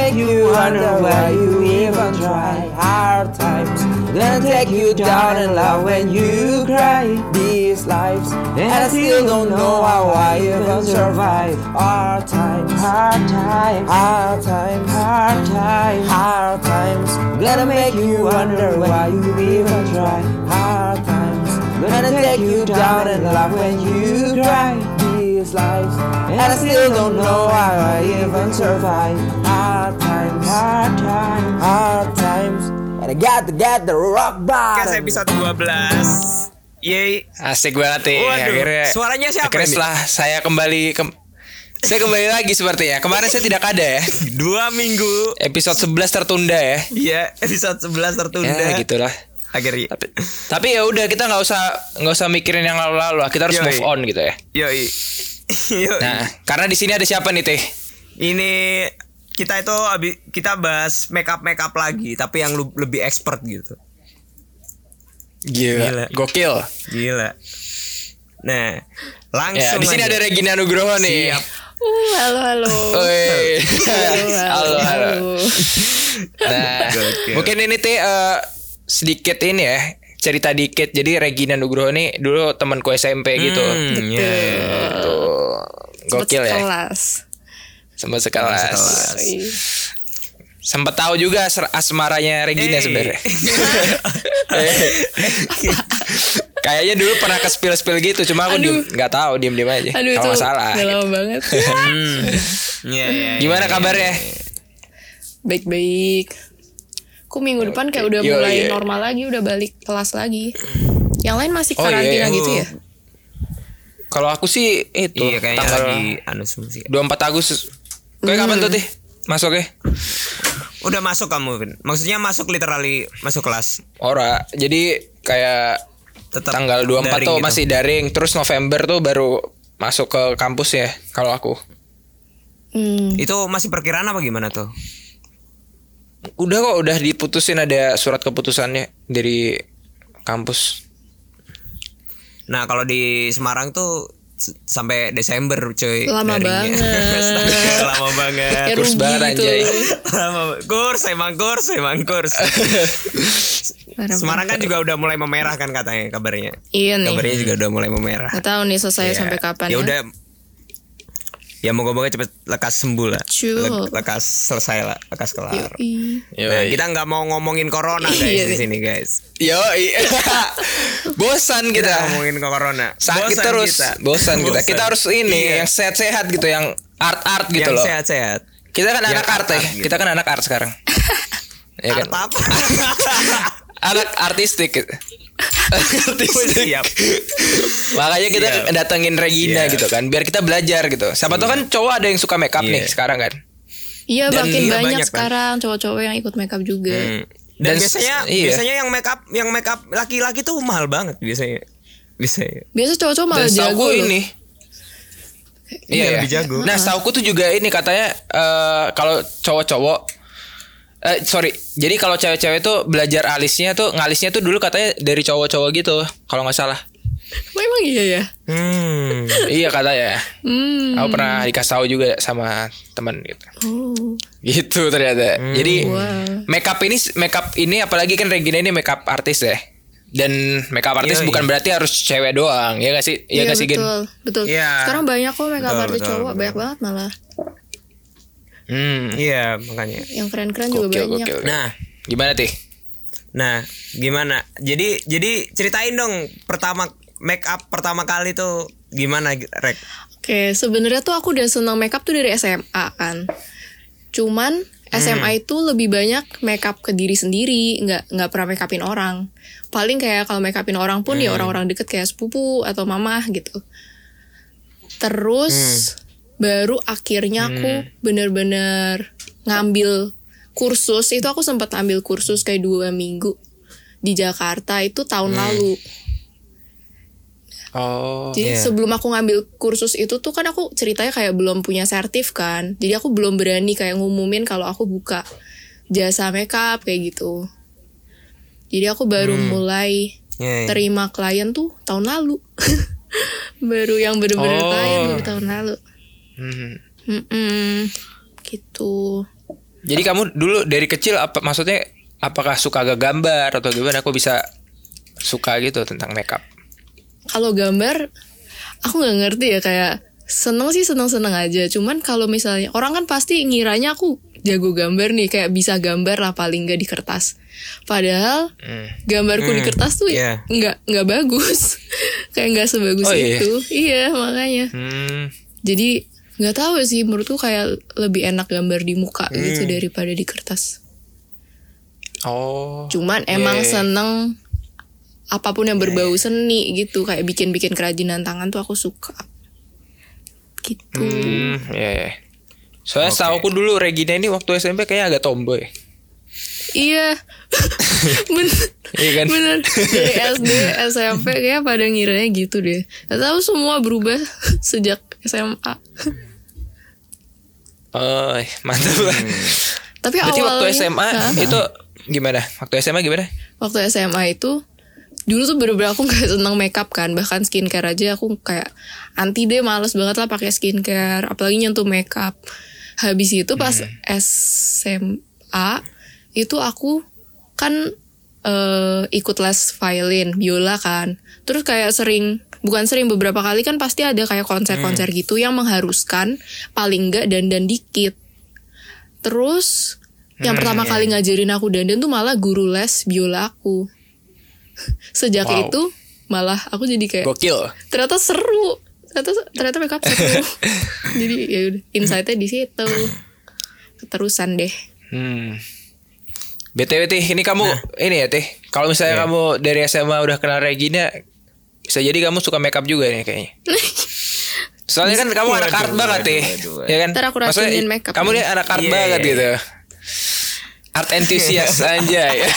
make you wonder why you even try. Hard times gonna take you down and laugh when you cry. These lives, and I still don't know how I even survive. Hard times, hard times, hard times, hard times, hard times gonna make you wonder why you even try. Hard times gonna take you down and laugh when you cry. These lives, and I still don't know how I even survive. Hard times, hard times, hard times, and I got the rock bottom. Podcast episode 12. Yeay. Asik banget nih. Waduh, Akhirnya suaranya siapa akhirnya ini? setelah saya kembali lagi sepertinya. Kemarin saya tidak ada ya. 2 minggu. Episode 11 tertunda ya. Iya, episode 11 tertunda. Ya gitulah. Akhirnya. Tapi ya udah, kita nggak usah mikirin yang lalu-lalu lah. Kita harus Yoi. move on gitu ya. Yoi. Yoi. Nah, karena di sini ada siapa nih Teh? Ini kita bahas make up lagi, tapi yang lebih expert gitu. Gila. Gokil. Gila. Nah, Ya, langsung di sini aja. ada Regina Nugroho nih. Siap. Halo. Oi. Halo. Nah, Gokil. mungkin ini Teh sedikit ini ya. Cerita dikit. Jadi Regina Nugroho nih dulu temanku SMP gitu. Iya. Tuh. Gokil ya. Kelas. Sempat sekelas. Oi. Sempat tahu juga asmaranya Regina sebenarnya. Kayaknya dulu pernah ke spill gitu, cuma aku nggak tahu, diem aja. Aduh, Kalau itu nggak salah. udah lama banget. Iya. Gimana kabarnya? Baik-baik. Aku minggu depan kayak udah Yo, mulai iya. normal lagi, udah balik kelas lagi. Yang lain masih Oh, iya, karantina iya. gitu ya? Kalau aku sih itu Iya, kayaknya tanggal lagi sih. 24 Agustus. Kayak kapan tuh Tih? Masuknya? Udah masuk kamu, Vin? Maksudnya masuk literally masuk kelas. Ora. Jadi kayak Tetap tanggal 24 daring tuh gitu. masih daring, terus November tuh baru masuk ke kampus ya kalau aku. Itu masih perkiraan apa gimana tuh? Udah diputusin, ada surat keputusannya dari kampus. Nah, kalau di Semarang tuh sampai Desember cuy. Lama daringnya. banget. Lama banget. Kayak Kurs rugi banget, gitu. anjay. Emang kurs. Parah Semarang kan juga udah mulai memerah kan katanya kabarnya. Iya nih. Kabarnya juga udah mulai memerah. Gak tahu nih selesai Iya. sampai kapan Ya ya. udah. Ya moga-moga cepet lekas sembuh lah. Cul. Lekas selesai lah, lekas kelar. Ih. Nah, kita nggak mau ngomongin corona guys Iya di nih. sini guys. Bosan Kita kita. ngomongin corona. Sakit Bosan terus. kita. Bosan kita. Kita harus ini Iya. yang sehat-sehat gitu, yang art gitu yang loh. sehat-sehat. Kita kan Yang anak art ya. art-art gitu. Kita kan anak art sekarang. Ya kan? Art apa? Anak artistik gitu. Artistik. Siap. Makanya kita Siap. datengin Regina Siap. gitu kan, biar kita belajar gitu. Siapa tahu kan cowok ada yang suka make up nih Iya. sekarang kan. Iya, Dan makin iya, banyak banyak, kan? sekarang cowok-cowok yang ikut makeup juga. Dan Dan iya. biasanya yang make up laki-laki tuh mahal banget biasanya. Biasa cowok-cowok malah Dan jago setauku loh. ini. Iya, Iya, lebih jago. Nah, setauku tuh juga ini katanya kalau cowok-cowok jadi kalau cewek-cewek tuh belajar ngalisnya tuh dulu katanya dari cowok-cowok gitu, kalau nggak salah. Memang iya ya. Iya katanya. Aku pernah dikasih tahu juga sama teman gitu. Oh. Gitu ternyata. Jadi Wow. makeup ini apalagi kan Regina ini makeup artis ya. Dan makeup artis Iya, bukan iya. berarti harus cewek doang, ya gak sih? Iya gak sih, Gin? betul. Iya. Sekarang banyak kok makeup Betul, artist betul, cowok, betul. banyak banget malah. Iya, makanya. Yang keren-keren juga banyak. Gokil. Nah, Gimana Tih? gimana? Jadi ceritain dong make up pertama kali tuh gimana, Rek? Oke, sebenarnya tuh aku udah seneng makeup tuh dari SMA kan. Cuman SMA itu lebih banyak makeup ke diri sendiri, nggak pernah makeupin orang. Paling kayak kalau makeupin orang pun ya orang-orang deket kayak sepupu atau mama gitu. Terus baru akhirnya aku bener-bener ngambil kursus. Itu aku sempat ambil kursus kayak 2 minggu di Jakarta itu tahun lalu. Oh. Jadi sebelum aku ngambil kursus itu tuh kan aku ceritanya kayak belum punya sertif kan. Jadi aku belum berani kayak ngumumin kalau aku buka jasa makeup kayak gitu. Jadi aku baru mulai Iya. terima klien tuh tahun lalu. Baru yang bener-bener klien baru tahun lalu. Gitu. Jadi kamu dulu dari kecil maksudnya apakah suka gambar atau gimana? Kok bisa suka gitu tentang makeup? Kalau gambar, aku nggak ngerti ya, kayak seneng aja. Cuman kalau misalnya orang kan pasti ngiranya aku jago gambar nih, kayak bisa gambar lah paling nggak di kertas. Padahal gambarku di kertas tuh nggak bagus, kayak nggak sebagus itu. Iya makanya. Jadi nggak tahu sih, menurutku kayak lebih enak gambar di muka gitu daripada di kertas. Cuman emang seneng apapun yang berbau seni gitu, kayak bikin kerajinan tangan tuh aku suka. Gitu. Soalnya setahu aku dulu Regina ini waktu SMP kayaknya agak tomboy. Iya. Iya kan? Bener. Dari SD, SMP kayak pada ngiranya gitu deh. Gak tahu semua berubah sejak SMA. Oh, mantap lah. Tapi berarti awalnya waktu SMA itu gimana? Waktu SMA gimana? Waktu SMA itu dulu tuh bener-bener aku gak seneng makeup kan, bahkan skincare aja aku kayak anti deh, males banget lah pakai skincare, apalagi nyentuh makeup. Habis itu pas SMA itu aku kan ikut les violin, biola kan. Terus kayak beberapa kali kan pasti ada kayak konser-konser gitu yang mengharuskan paling enggak dandan dikit. Terus yang pertama kali ngajarin aku dandan tuh malah guru les biola aku. Sejak itu malah aku jadi kayak gokil. Ternyata seru. Ternyata makeup seru. Jadi ya udah, insight-nya di situ. Keterusan deh. BTW Tih, ini kamu ini ya Tih. Kalau misalnya kamu dari SMA udah kenal Regina, bisa jadi kamu suka makeup juga nih kayaknya. Soalnya kan kamu anak art banget Tih. Ya kan? Ntar aku racinin makeup. Kamu nih anak art banget gitu. Art enthusiast aja ya.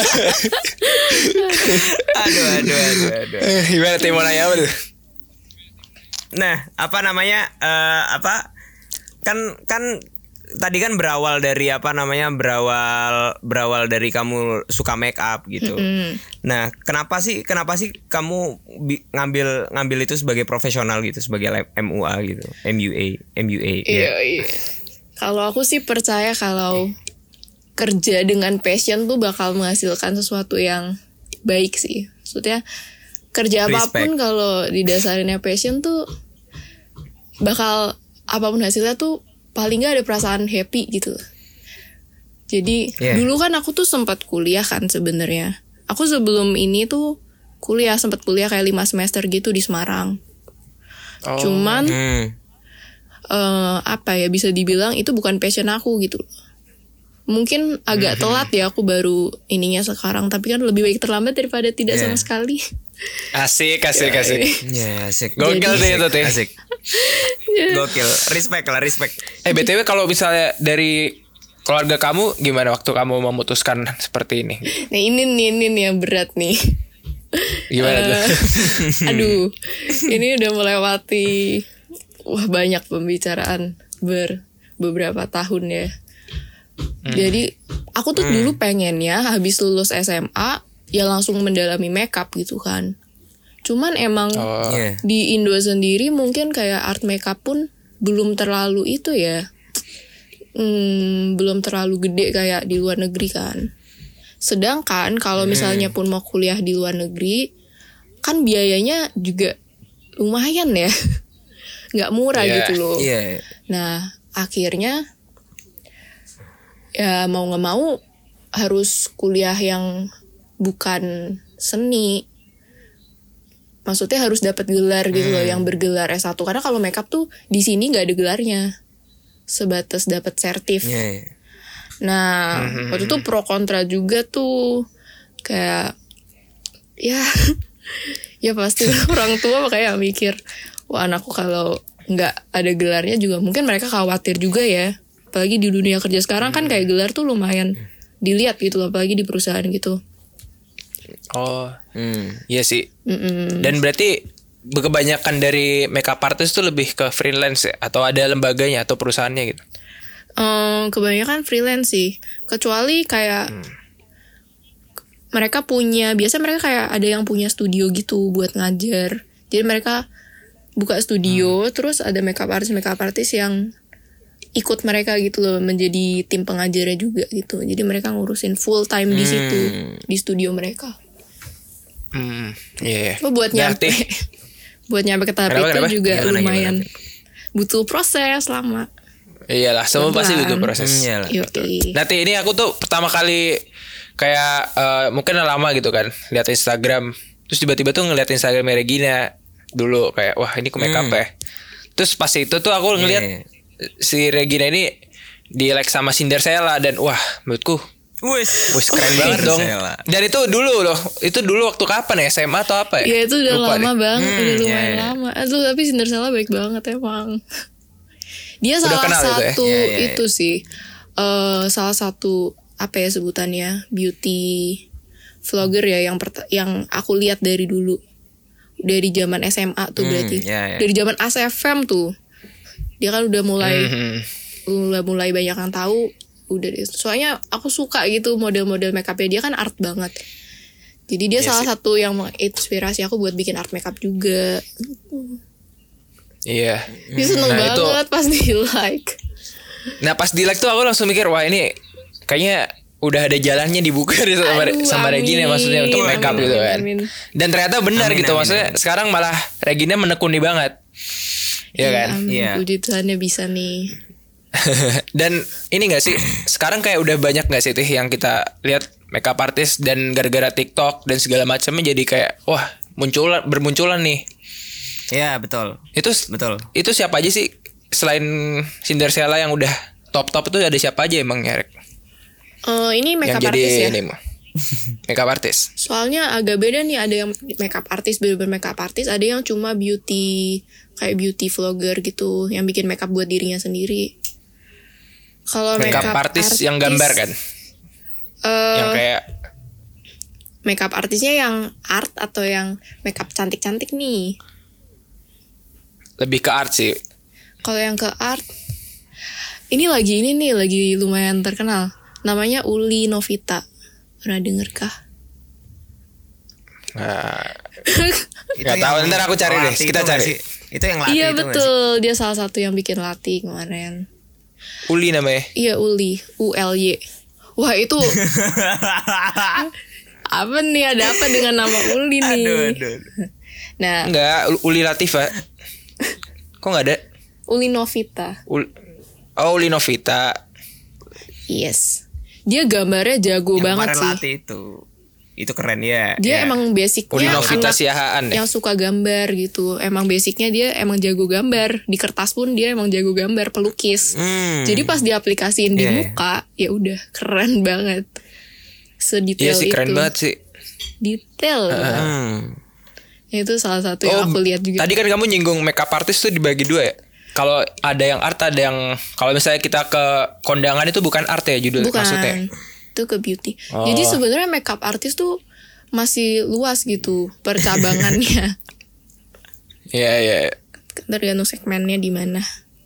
Aduh. Gimana Tih, mau nanya apa tuh? Nah, apa namanya? Kan tadi kan berawal dari berawal dari kamu suka make up gitu. Nah, kenapa sih kamu ngambil itu sebagai profesional gitu, sebagai MUA gitu, MUA. Iya. Kalau aku sih percaya kalau kerja dengan passion tuh bakal menghasilkan sesuatu yang baik sih. Maksudnya kerja apapun kalau didasarinnya passion tuh bakal apapun hasilnya tuh paling gak ada perasaan happy gitu. Jadi dulu kan aku tuh sempat kuliah kan sebenarnya. Aku sebelum ini tuh sempat kuliah kayak 5 semester gitu di Semarang. Cuman bisa dibilang itu bukan passion aku gitu. Mungkin agak telat ya aku baru ininya sekarang, tapi kan lebih baik terlambat daripada tidak sama sekali. Asik. Ya, asik. Gokil deh itu Teh. Asik. Gokil. Respect. BTW kalau misalnya dari keluarga kamu gimana waktu kamu memutuskan seperti ini? Nah ini nih yang berat nih. Gimana tuh? Aduh, ini udah melewati banyak pembicaraan beberapa tahun ya. Jadi aku tuh dulu pengennya habis lulus SMA ya langsung mendalami makeup gitu kan. Cuman emang di Indo sendiri mungkin kayak art makeup pun belum terlalu itu ya. Belum terlalu gede kayak di luar negeri kan. Sedangkan kalau misalnya pun mau kuliah di luar negeri kan biayanya juga lumayan ya. Nggak murah gitu loh. Nah akhirnya ya mau gak mau harus kuliah yang bukan seni. Maksudnya harus dapat gelar gitu loh, yang bergelar S1. Karena kalau makeup tuh di sini gak ada gelarnya. Sebatas dapat sertif. Nah, waktu itu pro kontra juga tuh. Kayak ya pasti orang tua kayak mikir, wah anakku kalau gak ada gelarnya juga mungkin mereka khawatir juga ya. Apalagi di dunia kerja sekarang kan kayak gelar tuh lumayan dilihat gitu loh, apalagi di perusahaan gitu. Iya sih. Dan berarti kebanyakan dari makeup artist tuh lebih ke freelance ya? Atau ada lembaganya atau perusahaannya gitu? Kebanyakan freelance sih. Kecuali kayak biasanya mereka kayak ada yang punya studio gitu buat ngajar. Jadi mereka buka studio, terus ada makeup artist yang ikut mereka gitu loh, menjadi tim pengajarnya juga gitu. Jadi mereka ngurusin full time di situ, di studio mereka. Iya. Oh, buat nyampe buat nyampe ke tahap Kenapa? itu juga Gimana? lumayan butuh proses lama. Iyalah, semua pasti Pelan. butuh proses. Iyalah. Yoi. Nanti ini aku tuh pertama kali kayak mungkin udah lama gitu kan, lihat Instagram, terus tiba-tiba tuh ngeliat Instagram Regina dulu kayak wah ini ke makeup ya. Terus pas itu tuh aku ngeliat si Regina ini di like sama Cinderella dan wah menurutku wis keren banget dong. Dan itu dulu loh, itu dulu waktu kapan ya, SMA atau apa ya? Ya itu udah Lupa lama deh. banget, udah lumayan lama. Aduh tapi Cinderella baik banget emang. Dia Udah salah kenal gitu ya? satu itu sih, salah satu apa ya sebutannya, beauty vlogger ya yang aku lihat dari dulu, dari zaman SMA tuh berarti, dari zaman ASFM tuh dia kan udah mulai banyak yang tahu, udah deh. Soalnya aku suka gitu model-model makeupnya dia kan art banget, jadi dia salah satu yang menginspirasi aku buat bikin art makeup juga. Iya. Dia seneng banget pas di like. Nah pas di like tuh aku langsung mikir wah ini kayaknya udah ada jalannya dibuka deh sama Regina maksudnya untuk makeup gitu kan. Dan ternyata benar gitu, maksudnya sekarang malah Regina menekuni banget. Iya kan? Iya. Puji Tuhannya bisa nih. Dan ini gak sih sekarang kayak udah banyak gak sih tuh yang kita lihat makeup artist dan gara-gara TikTok dan segala macamnya jadi kayak wah bermunculan nih. Ya betul. Itu siapa aja sih selain Cinderella yang udah top itu ada siapa aja emang Rek? Ini makeup yang artist jadi ya. Ini mah. Makeup artist. Soalnya agak beda nih, ada yang makeup artist bener-bener makeup artist, ada yang cuma beauty kayak beauty vlogger gitu, yang bikin makeup buat dirinya sendiri. Kalau makeup artist yang gambar kan? Yang kayak makeup artisnya yang art atau yang makeup cantik-cantik nih? lebih ke art sih. Kalau yang ke art, ini lagi lumayan terkenal. Namanya Uli Novita. Pernah denger kah? Gak tahu, ntar aku cari deh. Kita cari. Itu yang latih iya itu betul, dia salah satu yang bikin latih kemarin. Uli namanya. Iya Uli, ULY. Wah itu apa nih, ada apa dengan nama Uli nih? Aduh. Nah, enggak, Uli Latifa. Kok nggak ada? Uli Novita. Uli Novita. Yes. Dia gambarnya jago yang banget sih. Latih itu keren ya. Dia emang basicnya Uli Novita anak Siahaan ya? yang suka gambar gitu. Emang basicnya dia emang jago gambar. Di kertas pun dia emang jago gambar, pelukis. Jadi pas diaplikasiin di muka, ya udah keren banget. Sedetail iya sih, itu. keren banget sih. Detail. Itu salah satu yang aku lihat juga. Tadi kan kamu nyinggung makeup artist tuh dibagi dua ya. Kalau ada yang art, ada yang kalau misalnya kita ke kondangan itu bukan art ya judul maksudnya. Itu ke beauty. Jadi sebenarnya makeup artist tuh masih luas gitu percabangannya. Iya. Tergantung segmennya di mana.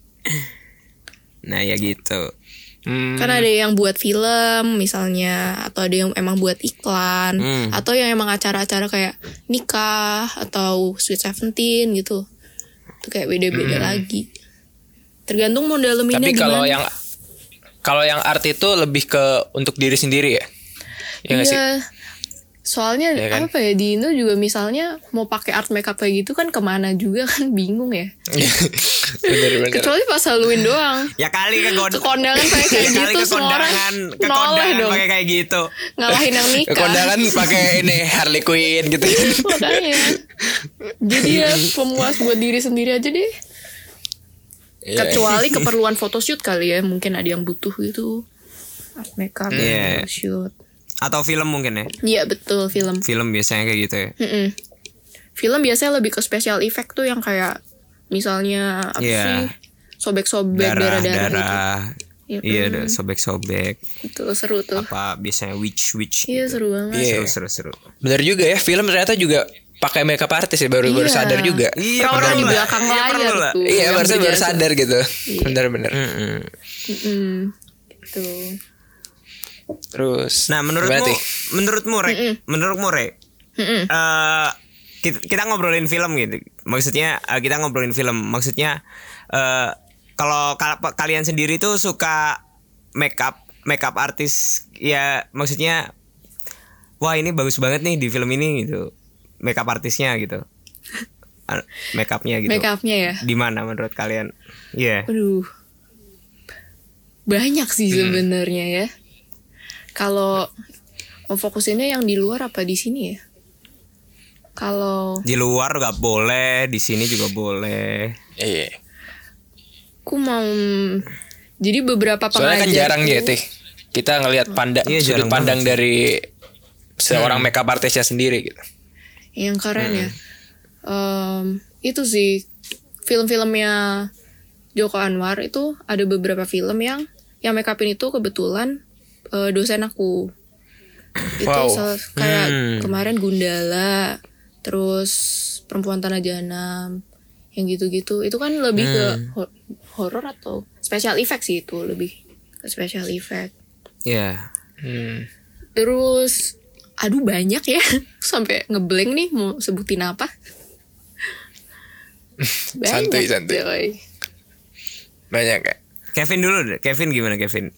Nah ya gitu. Kan ada yang buat film misalnya, atau ada yang emang buat iklan, atau yang emang acara-acara kayak nikah atau Sweet 17 gitu. Itu kayak beda-beda lagi. Tergantung model daleminnya. Tapi kalau yang art itu lebih ke untuk diri sendiri ya. Iya nggak sih? Soalnya ya kan? apa ya, di Indo juga misalnya mau pakai art makeup kayak gitu kan kemana juga kan, bingung ya. Bener. Kecuali pas Halloween doang. Ya kali ke kondangan pakai kayak gitu, semua orang noleh dong. Pakai kayak gitu. Ngalahin yang nikah. Kondangan pakai ini Harley Quinn gitu. Makanya. Jadi ya pemuas buat diri sendiri aja deh. Kecuali keperluan photoshoot kali ya, mungkin ada yang butuh gitu. Art makeup, photoshoot. Atau film mungkin ya? Iya betul, film. Film biasanya kayak gitu ya. Film biasanya lebih ke special effect tuh, yang kayak misalnya apa sih, sobek-sobek darah-darah gitu. Iya, sobek-sobek. Itu seru tuh. Apa biasanya witch Iya gitu. seru banget. Seru. Bener juga ya, film ternyata juga pakai makeup artist ya, baru sadar juga. Iya, orang di belakang layar tuh. Iya, baru sadar gitu. Bener. Gitu. Terus nah menurutmu Re, kita ngobrolin film gitu. Maksudnya kita ngobrolin film. Maksudnya Kalau kalian sendiri tuh suka makeup artis ya, maksudnya wah ini bagus banget nih di film ini gitu. Makeup artisnya gitu. Makeupnya gitu. Makeupnya ya. Di mana menurut kalian? Iya. Yeah. Aduh. Banyak sih sebenarnya ya. Kalau fokusinnya yang di luar apa di sini ya? Kalau di luar nggak boleh, di sini juga boleh. Iya. Aku mau jadi beberapa pengajar. Soalnya kan jarang ya Teh. Kita ngelihat sudut pandang dari seorang makeup artisnya sendiri gitu. Yang keren ya. Itu sih film-filmnya Joko Anwar itu ada beberapa film yang makeupin itu kebetulan dosen aku. Itu kayak kemarin Gundala, terus Perempuan Tanah Jahanam, yang gitu-gitu. Itu kan lebih ke horor atau special effect sih, itu lebih ke special effect. Iya. Terus aduh banyak ya. Sampai ngeblank nih mau sebutin apa. Santai. Banyak kayak. Kevin dulu deh. Kevin gimana Kevin?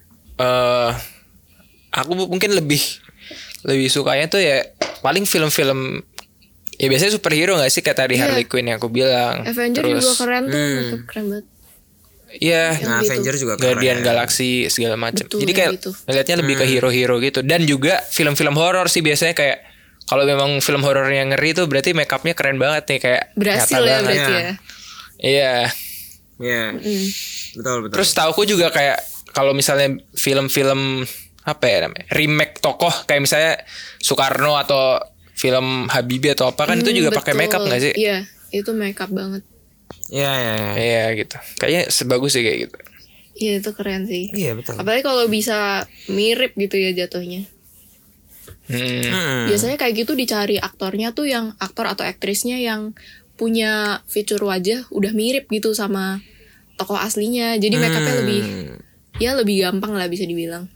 Aku mungkin lebih sukanya tuh ya paling film-film ya biasanya superhero nggak sih, kayak tadi Harley Quinn yang aku bilang. Avenger juga keren tuh, keren banget. Iya, Avenger juga keren. Guardian Galaxy segala macam. Jadi kayak gitu. ngelihatnya lebih ke hero-hero gitu. Dan juga film-film horor sih biasanya kayak kalau memang film horor yang ngeri tuh berarti makeupnya keren banget nih, kayak berhasil ya berarti ya. Iya. Iya. Betul. Terus tauku juga kayak kalau misalnya film-film apa ya namanya, remake tokoh kayak misalnya Soekarno atau film Habibie atau apa kan itu juga pakai makeup nggak sih? Iya, itu makeup banget. Iya gitu. Kayaknya sebagus sih kayak gitu. Iya itu keren sih. Iya betul. Apalagi kalau bisa mirip gitu ya jatuhnya. Biasanya kayak gitu dicari aktornya tuh yang aktor atau aktrisnya yang punya fitur wajah udah mirip gitu sama tokoh aslinya. Jadi makeupnya lebih gampang lah bisa dibilang.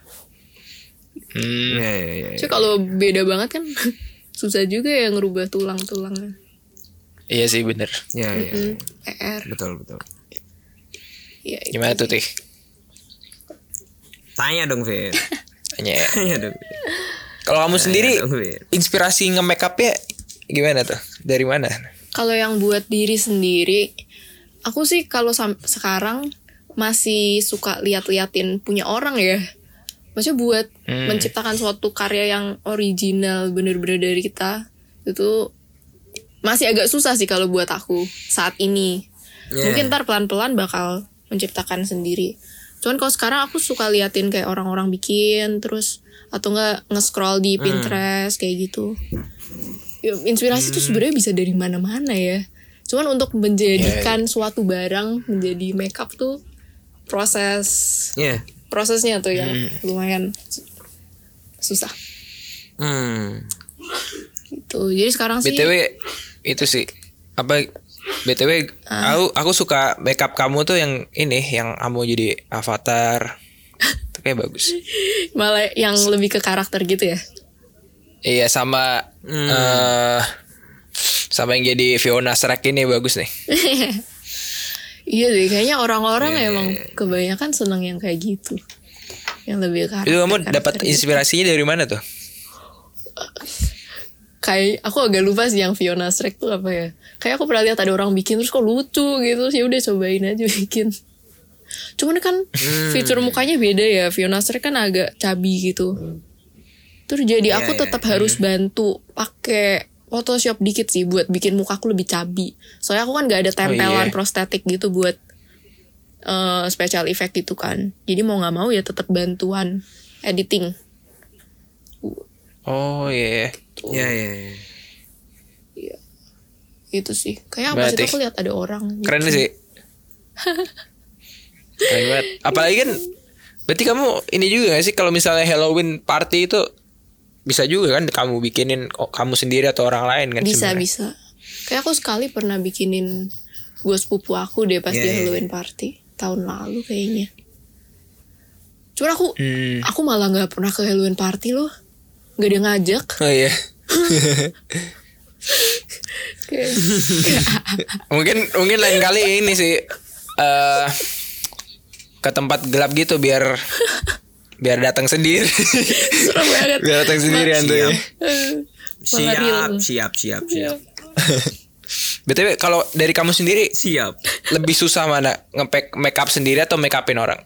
Iya. Cuma kalau beda banget kan susah juga ya ngerubah tulang-tulangnya. Iya sih bener. Iya. Betul. Ya, gimana tuh Tih? Tanya dong Fit. Tanya dong. Kalau kamu sendiri inspirasi nge-makeupnya gimana tuh? Dari mana? Kalau yang buat diri sendiri, aku sih kalau sekarang masih suka liatin punya orang ya. Maksudnya buat menciptakan suatu karya yang original bener-bener dari kita, itu masih agak susah sih kalau buat aku saat ini. Mungkin ntar pelan-pelan bakal menciptakan sendiri. Cuman kalau sekarang aku suka liatin kayak orang-orang bikin, terus atau enggak nge-scroll di Pinterest kayak gitu. Ya, inspirasi itu sebenarnya bisa dari mana-mana ya. Cuman untuk menjadikan suatu barang menjadi makeup tuh prosesnya tuh yang lumayan susah. Gitu. Jadi sekarang sih BTW itu sih apa BTW aku suka makeup kamu tuh yang ini, yang kamu jadi avatar. Itu kayak bagus. Malah yang lebih ke karakter gitu ya. Iya sama sama yang jadi Fiona Shrek ini bagus nih. Iya deh, kayaknya orang-orang emang kebanyakan seneng yang kayak gitu, yang lebih karakter. Itu kamu dapat inspirasinya dari mana tuh? Kayak aku agak lupa sih yang Fiona Shrek tuh apa ya. Kayak aku pernah lihat ada orang bikin terus kok lucu gitu, sih udah cobain aja bikin. Cuman kan fitur mukanya beda ya. Fiona Shrek kan agak cabi gitu. Terus jadi aku tetap harus bantu pakai Photoshop dikit sih buat bikin mukaku lebih cabi. Soalnya aku kan gak ada tempelan prostetik gitu buat special effect gitu kan. Jadi mau gak mau ya tetap bantuan editing. Oh iya. Iya. Itu sih. Kayak pas itu aku lihat ada orang. Keren sih. Keren banget. Apalagi kan berarti kamu ini juga gak sih kalau misalnya Halloween party itu bisa juga kan kamu bikinin kamu sendiri atau orang lain kan? Bisa. Kayak aku sekali pernah bikinin buat sepupu aku deh pas dia Halloween party tahun lalu kayaknya. Cuman aku malah nggak pernah ke Halloween party loh, nggak ada ngajak. Oh iya. mungkin lain kali ini sih ke tempat gelap gitu biar datang sendiri. Serem banget. Biar datang sendirian tuh ya. Siap. BTW kalau dari kamu sendiri Siap. lebih susah mana nge-pack makeup sendiri atau make upin orang?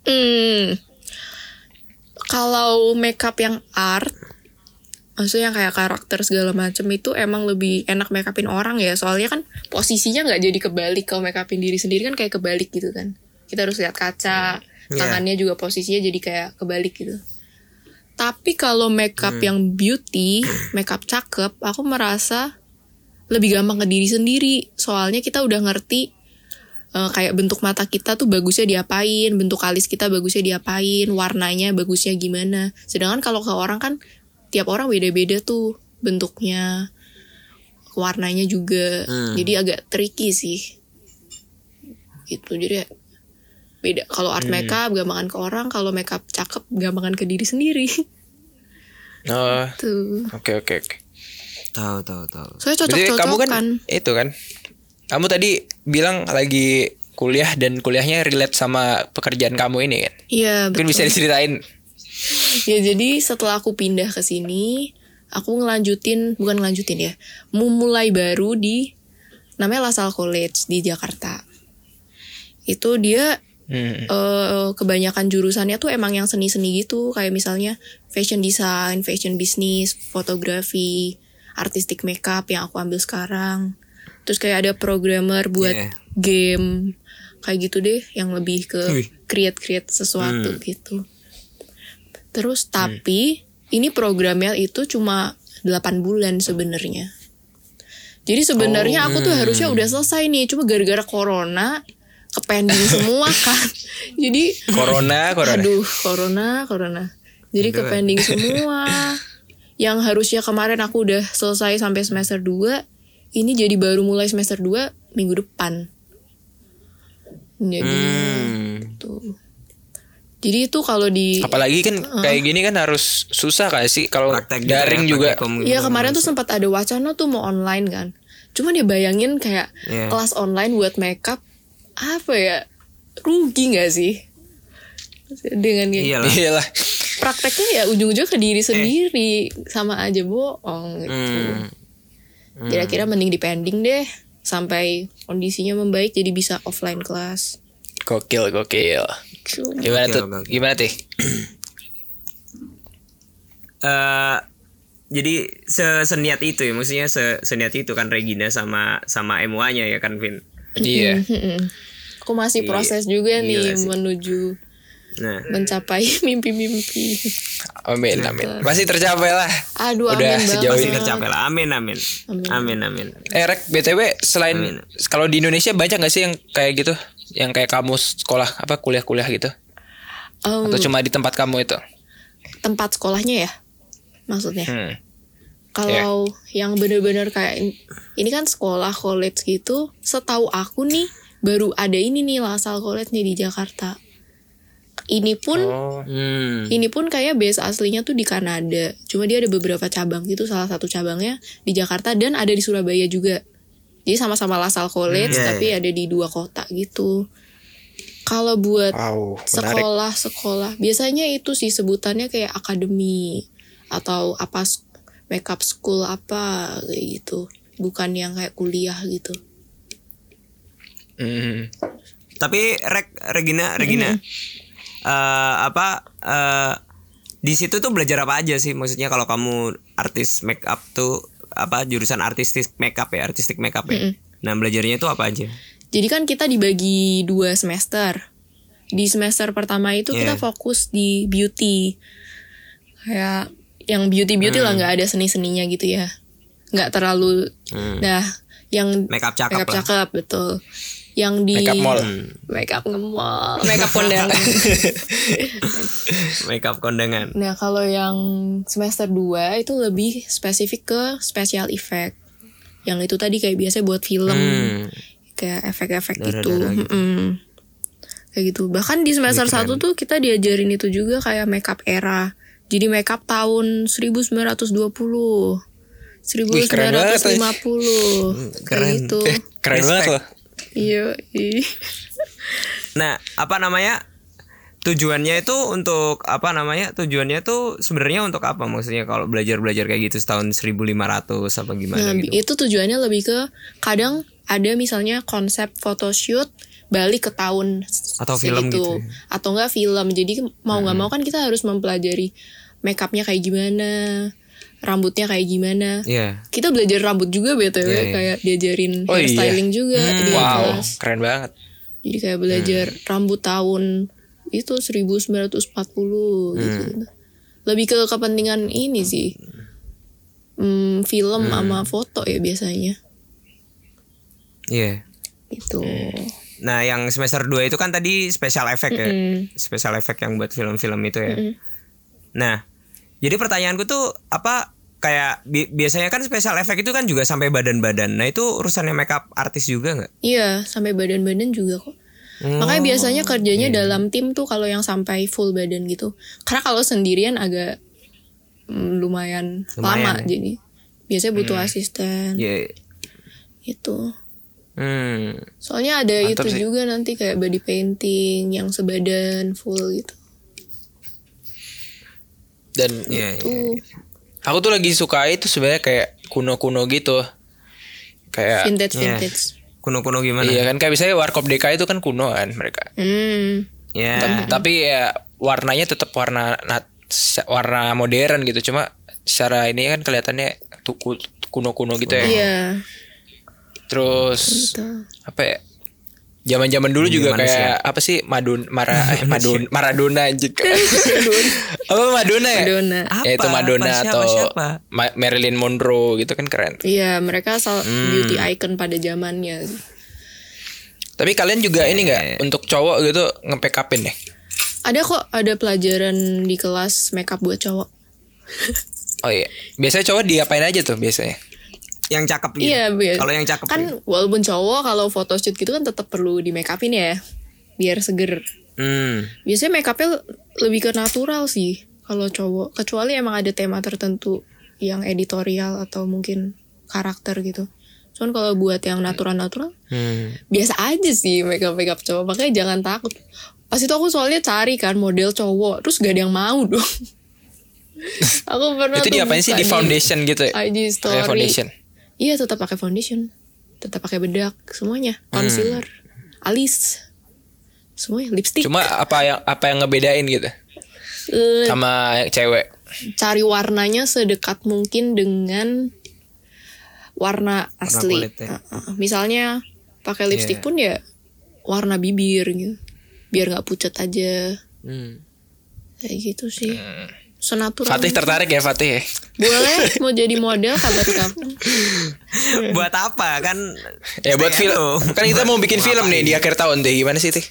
Kalau makeup yang art, maksudnya yang kayak karakter segala macam itu emang lebih enak makeupin orang ya. Soalnya kan posisinya nggak jadi kebalik. Kalau makeupin diri sendiri kan kayak kebalik gitu kan. Kita harus lihat kaca, tangannya juga posisinya jadi kayak kebalik gitu. Tapi kalau makeup yang beauty, makeup cakep, aku merasa lebih gampang ke diri sendiri. Soalnya kita udah ngerti kayak bentuk mata kita tuh bagusnya diapain, bentuk alis kita bagusnya diapain, warnanya bagusnya gimana. Sedangkan kalau ke orang kan tiap orang beda-beda tuh bentuknya, warnanya juga. Jadi agak tricky sih. Gitu. Jadi beda. Kalau art makeup gampangan ke orang, kalau makeup cakep gampangan ke diri sendiri. Oh. Tuh. Oke. Tahu. Soalnya Berarti cocok-cocokan. kamu kan itu kan. Kamu tadi bilang lagi kuliah dan kuliahnya relate sama pekerjaan kamu ini kan? Iya, Mungkin betul. bisa diceritain. Ya jadi setelah aku pindah ke sini, aku bukan ngelanjutin ya, memulai baru di namanya LaSalle College di Jakarta. Itu dia kebanyakan jurusannya tuh emang yang seni-seni gitu, kayak misalnya fashion design, fashion business, fotografi, artistic makeup yang aku ambil sekarang. Terus kayak ada programmer buat game, kayak gitu deh, yang lebih ke create sesuatu gitu. Terus tapi ini programnya itu cuma 8 bulan sebenarnya. Jadi sebenarnya aku tuh harusnya udah selesai nih, cuma gara-gara corona kepending semua kan. Jadi Corona. aduh, corona. Jadi kepending semua. Yang harusnya kemarin aku udah selesai sampai semester 2, ini jadi baru mulai semester 2 minggu depan. Jadi tuh. Jadi itu kalau di Apalagi kan kayak gini kan harus susah gak sih kalau Praktek daring gitu juga. Iya kemarin tuh sempat ada wacana tuh mau online kan. Cuman ya bayangin kayak kelas online buat makeup, apa ya, rugi gak sih? Dengan Iyalah. prakteknya ya ujung-ujung ke diri sendiri, sama aja bohong gitu. Jadi akhirnya mending dipending deh sampai kondisinya membaik jadi bisa offline kelas. Gokil. Gimana tuh? Jadi seniat itu ya, maksudnya seniat itu kan Regina sama MUA-nya ya kan, Vin. Iya. Aku masih proses juga nih menuju mencapai mimpi-mimpi. Amin. Masih tercapai lah. Aduh, udah amin sejauh Pasti ini. tercapai lah. Amin. Rek, BTW selain kalau di Indonesia banyak gak sih yang kayak gitu? Yang kayak kamu sekolah kuliah gitu? Atau cuma di tempat kamu itu? Tempat sekolahnya ya maksudnya. Kalau yang bener-bener kayak ini kan sekolah college gitu, setahu aku nih baru ada ini nih LaSalle College nih di Jakarta. Ini pun kayak base aslinya tuh di Kanada. Cuma dia ada beberapa cabang gitu. Salah satu cabangnya di Jakarta dan ada di Surabaya juga. Jadi sama-sama LaSalle College tapi ada di 2 kota gitu. Kalau buat sekolah biasanya itu sih sebutannya kayak akademi atau apa makeup school apa kayak gitu. Bukan yang kayak kuliah gitu. Tapi Regina di situ tuh belajar apa aja sih? Maksudnya kalau kamu artis makeup tuh jurusan artistic makeup ya. Nah, belajarnya itu apa aja? Jadi kan kita dibagi 2 semester. Di semester pertama itu kita fokus di beauty. Kayak yang beauty lah, nggak ada seni-seninya gitu ya. Nggak terlalu nah, yang makeup cakep betul. Yang di makeup mall. Makeup nge-mall, makeup kondangan. Makeup kondangan. Nah, kalau yang semester 2 itu lebih spesifik ke special effect. Yang itu tadi kayak biasa buat film. Kayak efek-efek gitu. Kayak gitu. Bahkan di semester 1 tuh kita diajarin itu juga kayak makeup era. Jadi makeup tahun 1920. 1950. Keren Kayak gitu. Keren banget loh. Iya. Nah, apa namanya? Tujuannya itu untuk apa namanya? Tujuannya tuh sebenarnya untuk apa? Maksudnya kalau belajar kayak gitu setahun 1.500 apa gimana Nah, gitu. itu tujuannya lebih ke kadang ada misalnya konsep photoshoot balik ke tahun Atau film segitu. gitu ya. Atau enggak film. Jadi mau nggak mau kan kita harus mempelajari makeupnya kayak gimana, rambutnya kayak gimana. Iya. Kita belajar rambut juga BTW, Iya. kayak diajarin Oh, iya. hairstyling juga di Wow, kelas. keren banget. Jadi kayak belajar rambut tahun itu 1940 gitu. Lebih ke kepentingan ini sih. Film sama foto ya biasanya. Iya. Gitu. Nah, yang semester 2 itu kan tadi special effect ya. Special effect yang buat film-film itu ya. Nah, jadi pertanyaanku tuh apa kayak biasanya kan special effect itu kan juga sampai badan-badan. Nah, itu urusannya makeup artis juga nggak? Iya, sampai badan-badan juga kok. Makanya biasanya kerjanya dalam tim tuh kalau yang sampai full badan gitu. Karena kalau sendirian agak lumayan lama ya. jadi. Biasanya butuh asisten. Iya. Itu. Hmm. Soalnya ada Mantap itu sih. juga nanti kayak body painting yang sebadan full gitu. Dan Iya. Tuh aku tuh lagi suka itu sebenarnya kayak kuno-kuno gitu. Kayak vintage. Kuno-kuno gimana? iya kan kayak misalnya Warkop DKI itu kan kuno kan mereka. Ya. Tapi ya warnanya tetap warna modern gitu. Cuma secara ini kan kelihatannya tuh kuno-kuno gitu ya. Iya. Terus Gitu. apa ya? Zaman-zaman dulu juga Manusia. kayak apa sih Maradona aja. Apa Madonna ya? Madonna. Ya itu Apa? Madonna Siapa? atau Siapa? Marilyn Monroe gitu kan keren. Iya, mereka beauty icon pada zamannya. Tapi kalian juga ini nggak untuk cowok gitu nge-make upin ya? Ada kok, ada pelajaran di kelas makeup buat cowok. Oh iya. Biasanya cowok diapain aja tuh biasanya? Yang cakep gitu. Iya, Kalau yang cakep kan gitu. walaupun cowok kalau photoshoot gitu kan tetap perlu di make upin ya, biar seger. Biasanya make upnya lebih ke natural sih kalau cowok, kecuali emang ada tema tertentu yang editorial atau mungkin karakter gitu. Cuman kalau buat yang natural biasa aja sih make up cowok, makanya jangan takut. Pas itu aku soalnya cari kan model cowok, terus gak ada yang mau dong. Aku pernah Itu tuh diapain sih buka di foundation gitu ya? IG story. Kayak foundation. Iya, tetap pakai foundation, tetap pakai bedak, semuanya, concealer, alis, semuanya, lipstick. Cuma apa yang ngebedain gitu Eh, sama cewek? cari warnanya sedekat mungkin dengan warna asli. kulit ya. Misalnya pakai lipstick pun ya warna bibir gitu, biar nggak pucat aja. Kayak gitu sih. Senatural. Fatih tertarik ya Fatih ya? Boleh mau jadi model kapan-kapan. Buat apa kan? Ya buat stay at film. home. Kan kita mau bikin film nih di akhir tahun deh. Gimana sih Tih?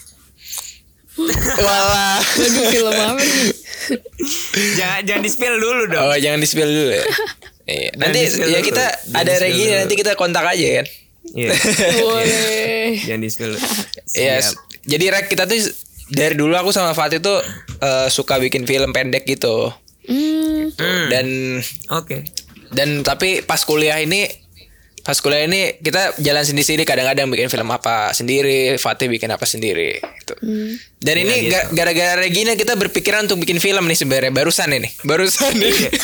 Walah. Waduh, film apa nih? jangan di spill dulu dong. Oh jangan di spill dulu ya. Iya. Nanti di-spill ya dulu. kita Jangan ada di-spill Regina dulu. nanti kita kontak aja kan. Iya. Boleh. Jangan di spill. Yes. Jadi Rek kita tuh dari dulu aku sama Fatih tuh suka bikin film pendek gitu. Dan Oke. tapi pas kuliah ini kita jalan sendiri-sendiri, kadang-kadang bikin film apa sendiri, Fatih bikin apa sendiri gitu. Dan ini gara-gara Regina kita berpikiran untuk bikin film nih sebenarnya barusan nih. Barusan.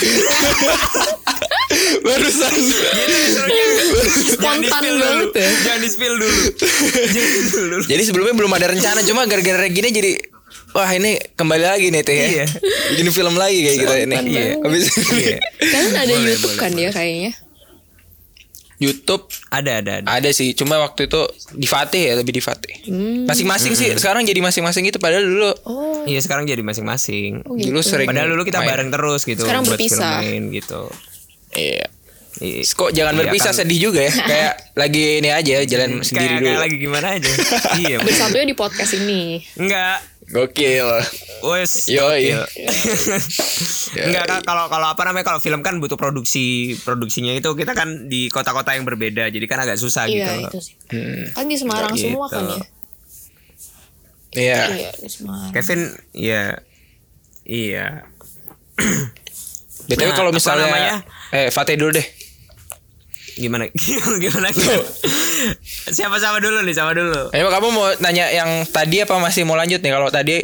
Spontan banget ya. Jangan di spill dulu. Jadi sebelumnya belum ada rencana, cuma gara-gara Regina jadi wah ini kembali lagi nih Teh ya. Iya. Bikin film lagi kayak gitu ini. Iya. Habis Kalian ada Boleh, YouTube boleh, kan ya kayaknya? YouTube Ada. ada sih, cuma waktu itu di Fatih ya, lebih di Fatih. Masing-masing sih sekarang jadi masing-masing gitu, padahal dulu Oh, Iya sekarang jadi masing-masing. dulu sering Padahal dulu kita main. bareng terus gitu. Sekarang buat berpisah. film main gitu. Iya. Iya. Kok jangan Iya, berpisah, kan. sedih juga ya. Kayak lagi ini aja jalan sendiri kayak, dulu. kayak lagi gimana aja. Iya. bersatunya di podcast ini. Enggak. Gokil. Wes. Yoi. Enggak Kak, kalau apa namanya kalau film kan butuh produksinya itu kita kan di kota-kota yang berbeda jadi kan agak susah Iya, gitu. itu sih. Kan di Semarang Gitu. semua kan ya? Iya. Iya, di Semarang. Kevin ya iya. BTW Nah, kalau apa misalnya namanya? Fatih dulu deh. Gimana? Gimana? Siapa dulu nih? Siapa dulu? Emang kamu mau nanya yang tadi apa masih mau lanjut nih? Kalau tadi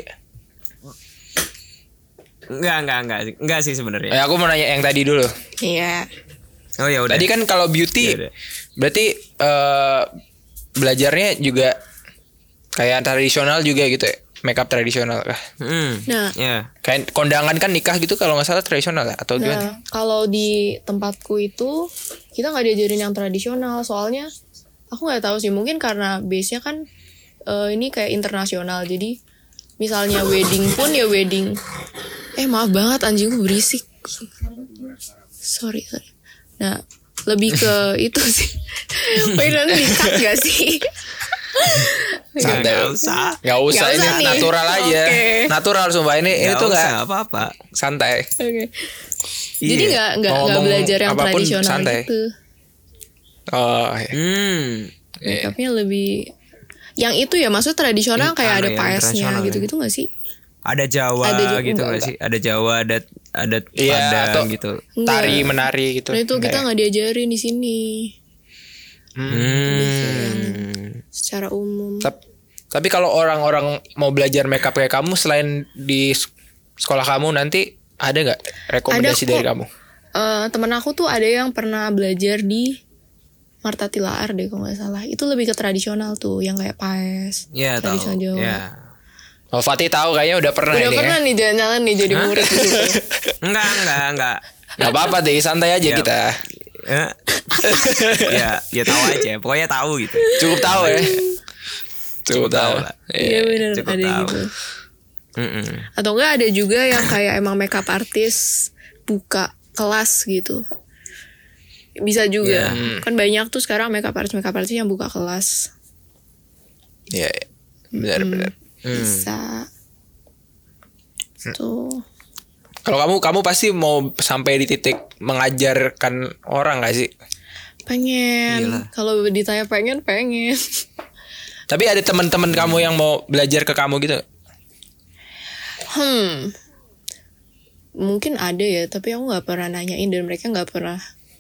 Enggak sih sebenarnya. aku mau nanya yang tadi dulu. Iya. Oh ya udah. Tadi kan kalau beauty Iya, udah. berarti belajarnya juga kayak tradisional juga gitu ya? Makeup tradisional kah? Nah. Ya. Kayak kondangan kan nikah gitu kalau nggak salah tradisional ya? Atau gimana? Nah, kalau di tempatku itu kita nggak diajarin yang tradisional, soalnya aku nggak tahu sih, mungkin karena base-nya kan ini kayak internasional, jadi misalnya wedding pun ya wedding. Maaf banget anjingku berisik. Sorry. Nah, lebih ke itu sih. Nanti di-cut gak sih? Santai. Nggak usah. Nggak usah, Nggak ini usah nih. natural aja. Oke. Natural sumpah ini Nggak tuh usah, nggak nggak apa-apa. santai. Oke. Jadi Iya. nggak Ngomong belajar yang apapun tradisional santai. gitu. Oh, iya. Makeupnya lebih yang itu ya, maksud tradisional kayak ada yang paesnya internasional gitu-gitu nggak sih? Ada Jawa Ada juga, gitu enggak. nggak sih? Ada Jawa, ada Iya, atau Padang gitu. tari Enggak. menari gitu. Nah itu kita Enggak nggak diajarin di sini Hmm. secara umum. ya? Tapi kalau orang-orang mau belajar makeup kayak kamu selain di sekolah kamu nanti ada nggak rekomendasi Ada dari kok. kamu? Temen aku tuh ada yang pernah belajar di Marta Tilaar deh kalau nggak salah. Itu lebih ke tradisional tuh, yang kayak paes, Ya tahu. tradisional Jawa. Ya. Oh, Fatih tahu kayaknya udah pernah Udah ini pernah ya. nih jalan-jalan nih jadi murid di situ. Enggak. Nggak apa-apa deh, santai aja Ya. kita. Eh. ya tahu aja. Pokoknya tahu gitu. Cukup tahu ya. Cukup tahu. lah. Iya benar, cukup ada tahu. gitu. Mm-mm. Atau enggak ada juga yang kayak emang makeup artis buka kelas gitu. Bisa juga. Iya. Kan banyak tuh sekarang makeup artis yang buka kelas. Iya, iya. Benar-benar. Bisa. Tuh. Kalau kamu pasti mau sampai di titik mengajarkan orang gak sih? Pengen. Gila. Kalau ditanya pengen. Tapi ada teman-teman kamu yang mau belajar ke kamu gitu? Mungkin ada ya, tapi aku nggak pernah nanyain dan mereka nggak pernah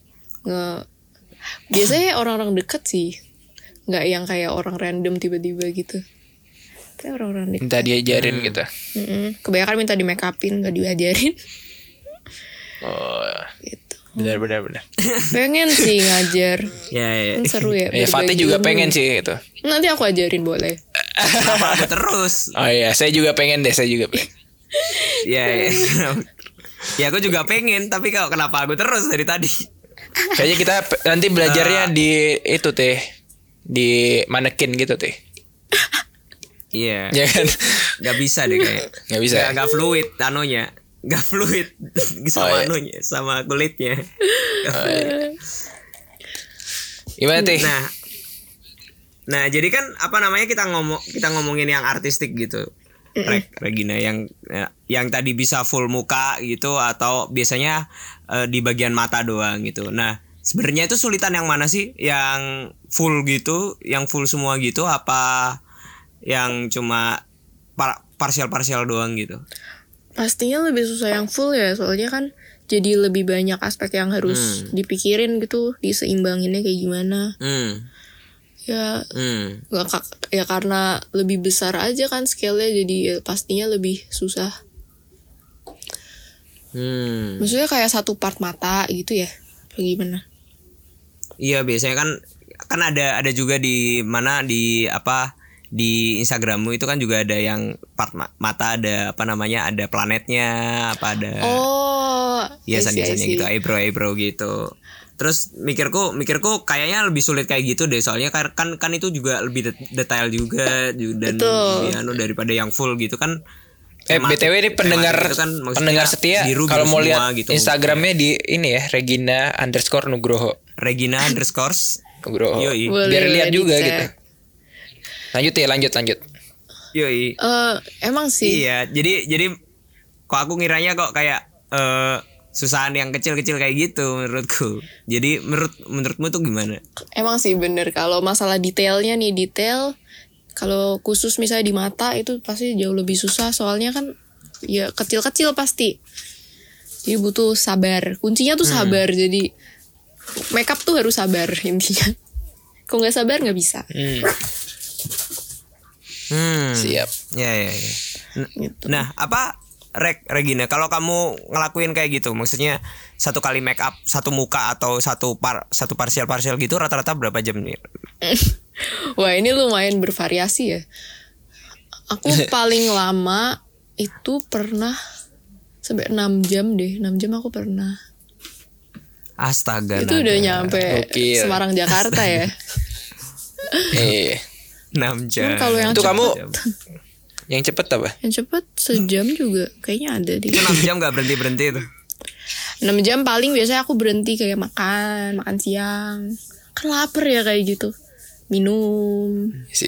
biasanya orang-orang deket sih, nggak yang kayak orang random tiba-tiba gitu. Tapi orang-orang deket. Minta diajarin gitu. Kebanyakan minta di make upin, nggak diajarin. Oh, Gitu. benar. Pengen sih ngajar. Ya. Kan seru ya. Fatih berbagi juga ilmu. pengen sih gitu. Nanti aku ajarin boleh. Kenapa aku terus? Oh iya, saya juga pengen deh, saya juga pengen. Ya. Ya aku juga pengen, tapi kalau kenapa aku terus dari tadi? Kayaknya kita nanti belajarnya di itu teh, di manekin gitu teh. Iya. Ya kan? Gak bisa deh kayak. Nggak bisa ya? Gak fluid anunya. Gak fluid sama Oh, iya. anunya, sama kulitnya. Gimana teh? Nah, jadi kan apa namanya kita ngomongin yang artistik gitu. Regina yang tadi bisa full muka gitu atau biasanya di bagian mata doang gitu. Nah, sebenarnya itu sulitan yang mana sih? Yang full gitu, yang full semua gitu apa yang cuma parsial doang gitu? Pastinya lebih susah yang full ya, soalnya kan jadi lebih banyak aspek yang harus dipikirin gitu, diseimbanginnya kayak gimana. Ya ya karena lebih besar aja kan scale-nya, jadi ya pastinya lebih susah. Maksudnya kayak satu part mata gitu ya, apa gimana? Iya, biasanya kan ada juga di mana di apa di Instagrammu itu kan juga ada yang part mata, ada apa namanya, ada planetnya, apa ada hiasan-hiasannya gitu, eyebrow gitu. Terus mikirku kayaknya lebih sulit kayak gitu deh, soalnya kan itu juga lebih detail juga dan lebih daripada yang full gitu kan. BTW ini pendengar itu kan maksudnya pendengar setia biru kalau mau semua lihat gitu. Instagramnya di ini ya, Regina_Nugroho. Regina_Nugroho. Yoi. Biar lihat juga dicek. gitu. Lanjut. Yoi. Emang sih. Iya, jadi kok aku ngiranya kok kayak susahan yang kecil-kecil kayak gitu menurutku. Jadi menurutmu tuh gimana? Emang sih bener, kalau masalah detailnya nih, kalau khusus misalnya di mata itu pasti jauh lebih susah, soalnya kan ya kecil-kecil pasti. Jadi butuh sabar. Kuncinya tuh sabar. Jadi makeup tuh harus sabar intinya. Kalau nggak sabar nggak bisa. Siap. Ya. Gitu. Nah, apa Regina, kalau kamu ngelakuin kayak gitu, maksudnya satu kali make up satu muka atau satu parsial gitu, rata-rata berapa jam nih? Wah, ini lumayan bervariasi ya. Aku paling lama itu pernah sampai 6 jam deh. 6 jam aku pernah. Astaga. Itu udah nyampe Gokil. Semarang Jakarta ya. 6 jam. Kalau yang Itu kamu jam. yang cepet apa? Yang cepet sejam juga kayaknya ada deh. 6 jam gak berhenti tuh. 6 jam paling biasanya aku berhenti kayak makan siang. Kan lapar ya kayak gitu. Minum. Sih.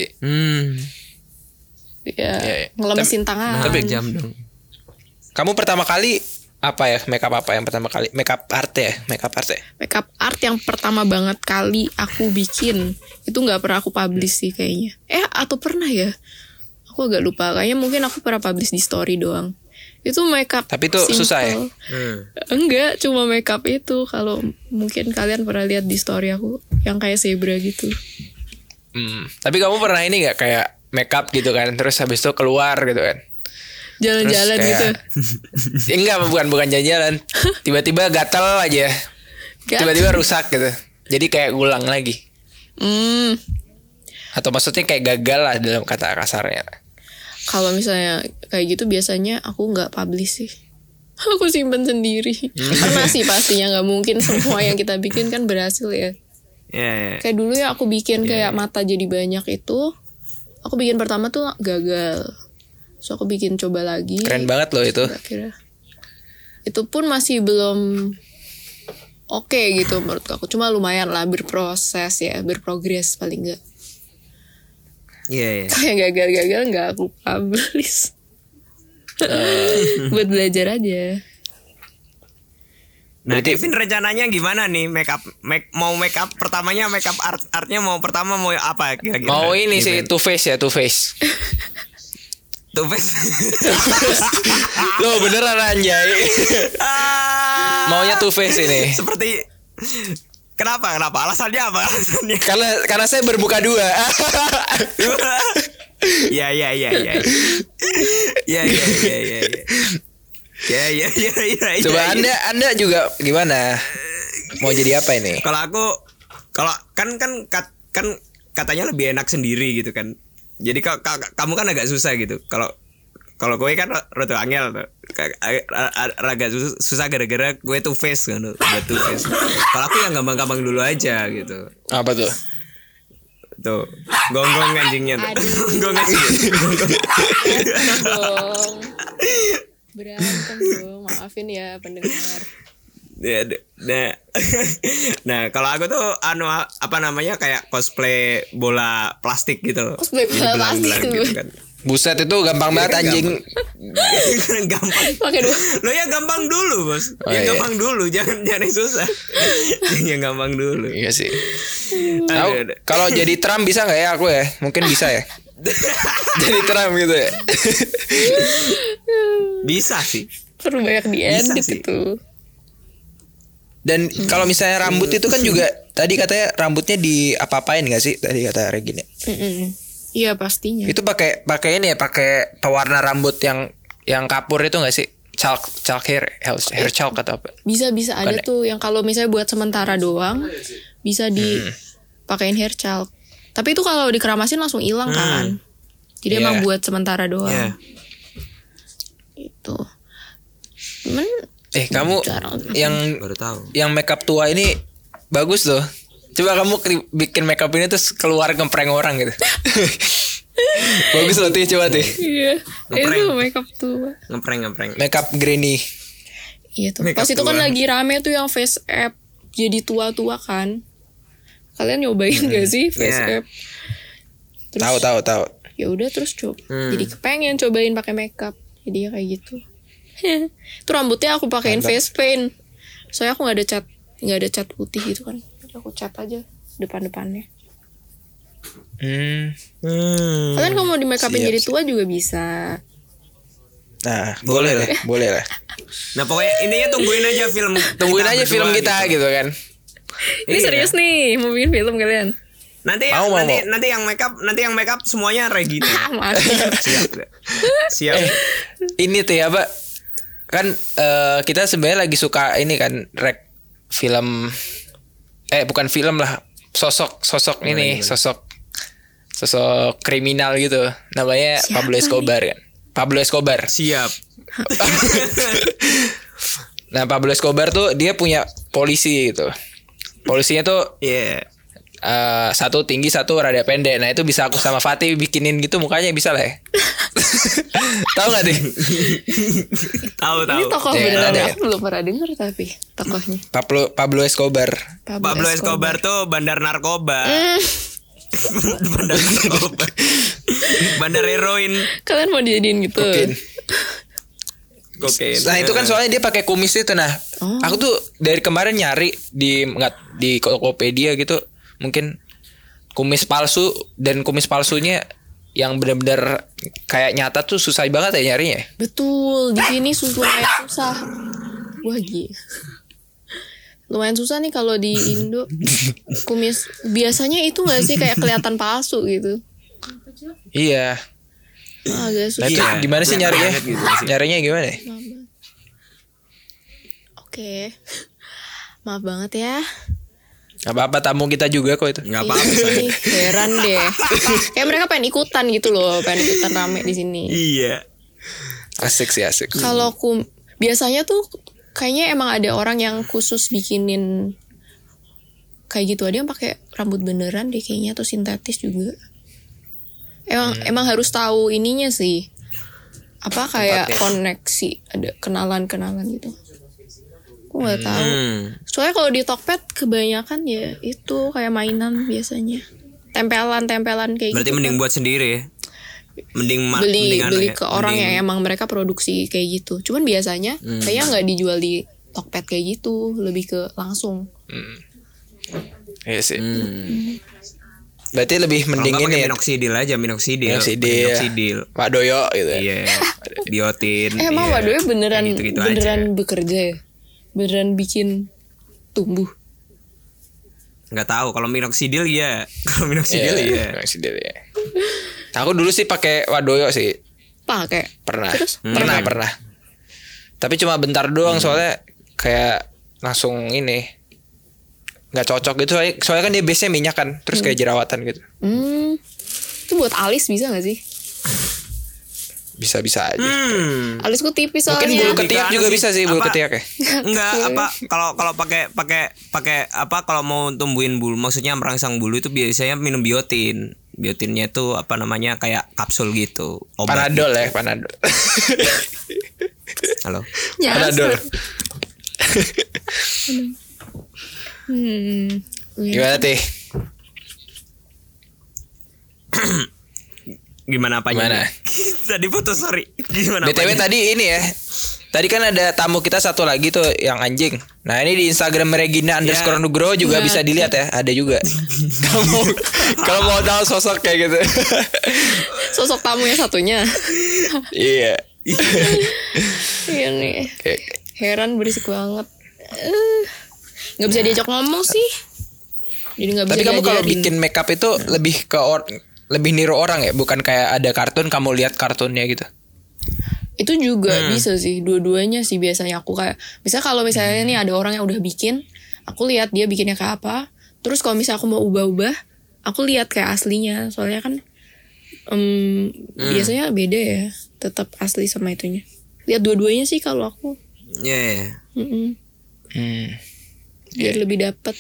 Ya, Iya. ngelemesin tangan. Tapi- jam dong. Kamu pertama kali apa ya? Make up apa yang pertama kali? Make up art ya? Make up art ya? Makeup art yang pertama banget kali aku bikin itu nggak pernah aku publish sih kayaknya. Atau pernah ya? Aku agak lupa. Kayaknya mungkin aku pernah publish di story doang. Itu makeup. Tapi itu susah ya? Enggak, cuma makeup itu. Kalau mungkin kalian pernah lihat di story aku yang kayak zebra gitu. Tapi kamu pernah ini nggak kayak make up gitu kan? Terus habis itu keluar gitu kan? Jalan-jalan Terus gitu. kayak- Enggak, bukan jalan-jalan. Tiba-tiba gatal aja. Gatal. Tiba-tiba rusak gitu. Jadi kayak ngulang lagi. Hmm. Atau maksudnya kayak gagal lah dalam kata kasarnya. Kalau misalnya kayak gitu biasanya aku nggak publish sih. Aku simpen sendiri. Pernah sih pastinya, nggak mungkin semua yang kita bikin kan berhasil ya. Ya. Kayak dulu ya aku bikin kayak mata jadi banyak itu. Aku bikin pertama tuh gagal. So aku bikin coba lagi. Keren banget loh itu. Kira itu pun masih belum oke gitu menurut aku. Cuma lumayan lah berproses ya, berprogres paling nggak. Iya. Kayak gagal-gagal nggak aku publish. Buat belajar aja. Nah, Kevin rencananya gimana nih mau make up pertamanya, make up artnya mau pertama mau apa kira-kira? Mau ini sih Event. Two Face ya, Two Face. Two Face. Loh beneran anjay. Maunya Two Face ini. Seperti kenapa? Alasannya apa? Alasannya? Karena saya berbuka dua. Ya. Ya. Coba Anda juga gimana? Mau jadi apa ini? Kalau aku kan katanya lebih enak sendiri gitu kan. Jadi kamu kan agak susah gitu. Kalau gue kan rada angel tuh. Agak susah gara-gara gue two face kan. Udah two face. Kalau aku yang gampang-gampang dulu aja gitu. Apa tuh? Tuh, gonggong anjingnya tuh. Gonggong anjingnya. Dong. Berantem dong, maafin ya pendengar. Nah, kalau aku tuh apa namanya kayak cosplay bola plastik gitu loh. Cosplay bola Jadi belang-belang plastik gitu tuh. kan. Buset itu gampang banget kan anjing. Gampang. Pakai dua. Lo ya gampang dulu, Bos. Oh, Ya iya. gampang dulu, jangan yang susah. Yang gampang dulu. Iya sih. Aduh. Kalau jadi Trump bisa nggak ya aku ya? Mungkin bisa ya. Jadi Trump gitu ya. Bisa sih. Perlu banyak diedit Bisa sih. itu. Dan kalau misalnya rambut itu kan juga tadi katanya rambutnya di apa-apain nggak sih? Tadi kata Regina. Iya pastinya. Itu pakai ini ya, pakai pewarna rambut yang kapur itu nggak sih? Chalk hair chalk atau apa? Bisa ada Bukan ya? tuh yang kalau misalnya buat sementara doang bisa dipakein hair chalk. Tapi itu kalau dikeramasin langsung hilang kan. Jadi Iya. emang buat sementara doang. Iya. Itu. Cuman Kamu jarang. Baru tahu. yang makeup tua ini bagus tuh. Coba kamu bikin makeup ini terus keluar ngeprank orang gitu. Bagus loh Tih, coba Tih. Iya. Ngeprank. Itu makeup tuh. Ngeprank. Makeup granny. Iya tuh. Makeup Pas itu kan tua. lagi rame tuh yang face app jadi tua-tua kan. Kalian nyobain gak sih face Iya. app? Terus, Tahu. ya udah terus coba. Jadi kepengen cobain pakai makeup. Jadi ya kayak gitu. Itu rambutnya aku pakein face paint. Soalnya aku nggak ada cat putih gitu kan. Jadi aku cat aja depan-depannya. Kalian kalau mau di make upin Siap, jadi tua juga bisa. Nah, boleh lah. Nah, pokoknya intinya tungguin aja film Tungguin kita aja film berdua kita gitu. gitu kan. Ini Iya. serius nih, mau bikin film kalian. Nanti Mau. nanti yang make up semuanya Regina. Mantap. Siap. Ini tuh ya, Pak. Kan kita sebenarnya lagi suka ini kan film bukan film lah, sosok ini, sosok kriminal gitu. Namanya Siapa Pablo Escobar kan. Pablo Escobar. Siap. Nah, Pablo Escobar tuh dia punya polisi gitu. Polisinya tuh Iya. satu tinggi, satu rada pendek. Nah, itu bisa aku sama Fatih bikinin gitu mukanya, bisa lah ya. Tahu gak sih? Tahu. Ini tokoh Ya, beneran ada. aku belum pernah denger tapi tokohnya. Pablo Escobar. Pablo Escobar tuh bandar narkoba. Bandar narkoba. Bandar heroin. Kalian mau dijadiin gitu? Kokain. Kokain. Nah, itu kan soalnya dia pakai kumis itu. Nah, aku tuh dari kemarin nyari di Tokopedia gitu, mungkin kumis palsu, dan kumis palsunya yang benar-benar kayak nyata tuh susah banget ya nyarinya. Betul, di sini lumayan susah. Wah gila. Lumayan susah nih kalau di Indo kumis. Biasanya itu nggak sih kayak kelihatan palsu gitu. Iya. Agak Nah, susah. itu gimana sih nyarinya? Gitu sih. Nyarinya gimana? Oke. Maaf banget ya. Gak apa-apa, tamu kita juga kok itu. Nggak apa-apa. Ih, heran deh. Kayak mereka pengen ikutan gitu loh, pengen ikutan rame di sini. Iya. Asik sih, asik. Kalau biasanya tuh kayaknya emang ada orang yang khusus bikinin kayak gitu. Ada yang pakai rambut beneran deh kayaknya, atau sintetis juga. Emang harus tahu ininya sih. Apa kayak koneksi, ada kenalan gitu. Aku nggak tahu. Soalnya kalau di Tokped kebanyakan ya itu kayak mainan biasanya. Tempelan kayak Berarti gitu. mending kan. buat sendiri ya. Mending beli anu ya, ke orang mending- yang emang mereka produksi kayak gitu. Cuman biasanya kayaknya nggak dijual di Tokped kayak gitu, lebih ke langsung. Iya sih. Berarti lebih Kalau mending nggak ini pakai ya. minoxidil. Pak Doyo gitu ya. Iya. Biotin. Emang iya. Waduh beneran Kayak gitu-gitu beneran aja. bekerja ya? Beneran bikin tumbuh. Nggak tahu kalau minoxidil ya. Kalau minoxidil Iya, ya. minoxidil ya. Aku dulu sih pakai Wadoyo sih. Pakai. Pernah. Terus? Pernah. Tapi cuma bentar doang, soalnya kayak langsung ini nggak cocok gitu, soalnya kan dia base-nya minyak kan, terus kayak jerawatan gitu. Itu buat alis bisa gak sih? Bisa aja. Alisku tipis Mungkin soalnya. bulu ketiak juga bisa sih, bulu Apa? ketiak ya. Enggak apa kalau pakai apa kalau mau tumbuhin bulu, maksudnya merangsang bulu itu biasanya minum biotin. Biotinnya itu apa namanya, kayak kapsul gitu. Obat Panadol gitu. ya, Panadol. Halo. Panadol. Gimana teh? Gimana apanya? Gimana? Tadi putus, sorry. Gimana BTW apanya? tadi ini ya. Tadi kan ada tamu kita satu lagi tuh yang anjing. Nah, ini di Instagram Regina _Nugroho juga bisa dilihat ya. Ada juga. Kalau mau tahu sosok kayak gitu. Sosok tamu yang satunya. Iya. Iya nih. Kayak Heran, berisik banget. Nggak bisa diajak ngomong sih. Jadi nggak bisa tapi kamu kalau diajarin. bikin makeup itu lebih ke lebih niru orang ya, bukan kayak ada kartun kamu lihat kartunnya gitu. Itu juga bisa sih, dua-duanya sih biasanya aku kayak. Misalnya kalau misalnya nih ada orang yang udah bikin, aku lihat dia bikinnya kayak apa. Terus kalau misalnya aku mau ubah-ubah, aku lihat kayak aslinya. Soalnya kan biasanya beda ya, tetap asli sama itunya. Lihat dua-duanya sih kalau aku. Iya. Biar lebih dapet.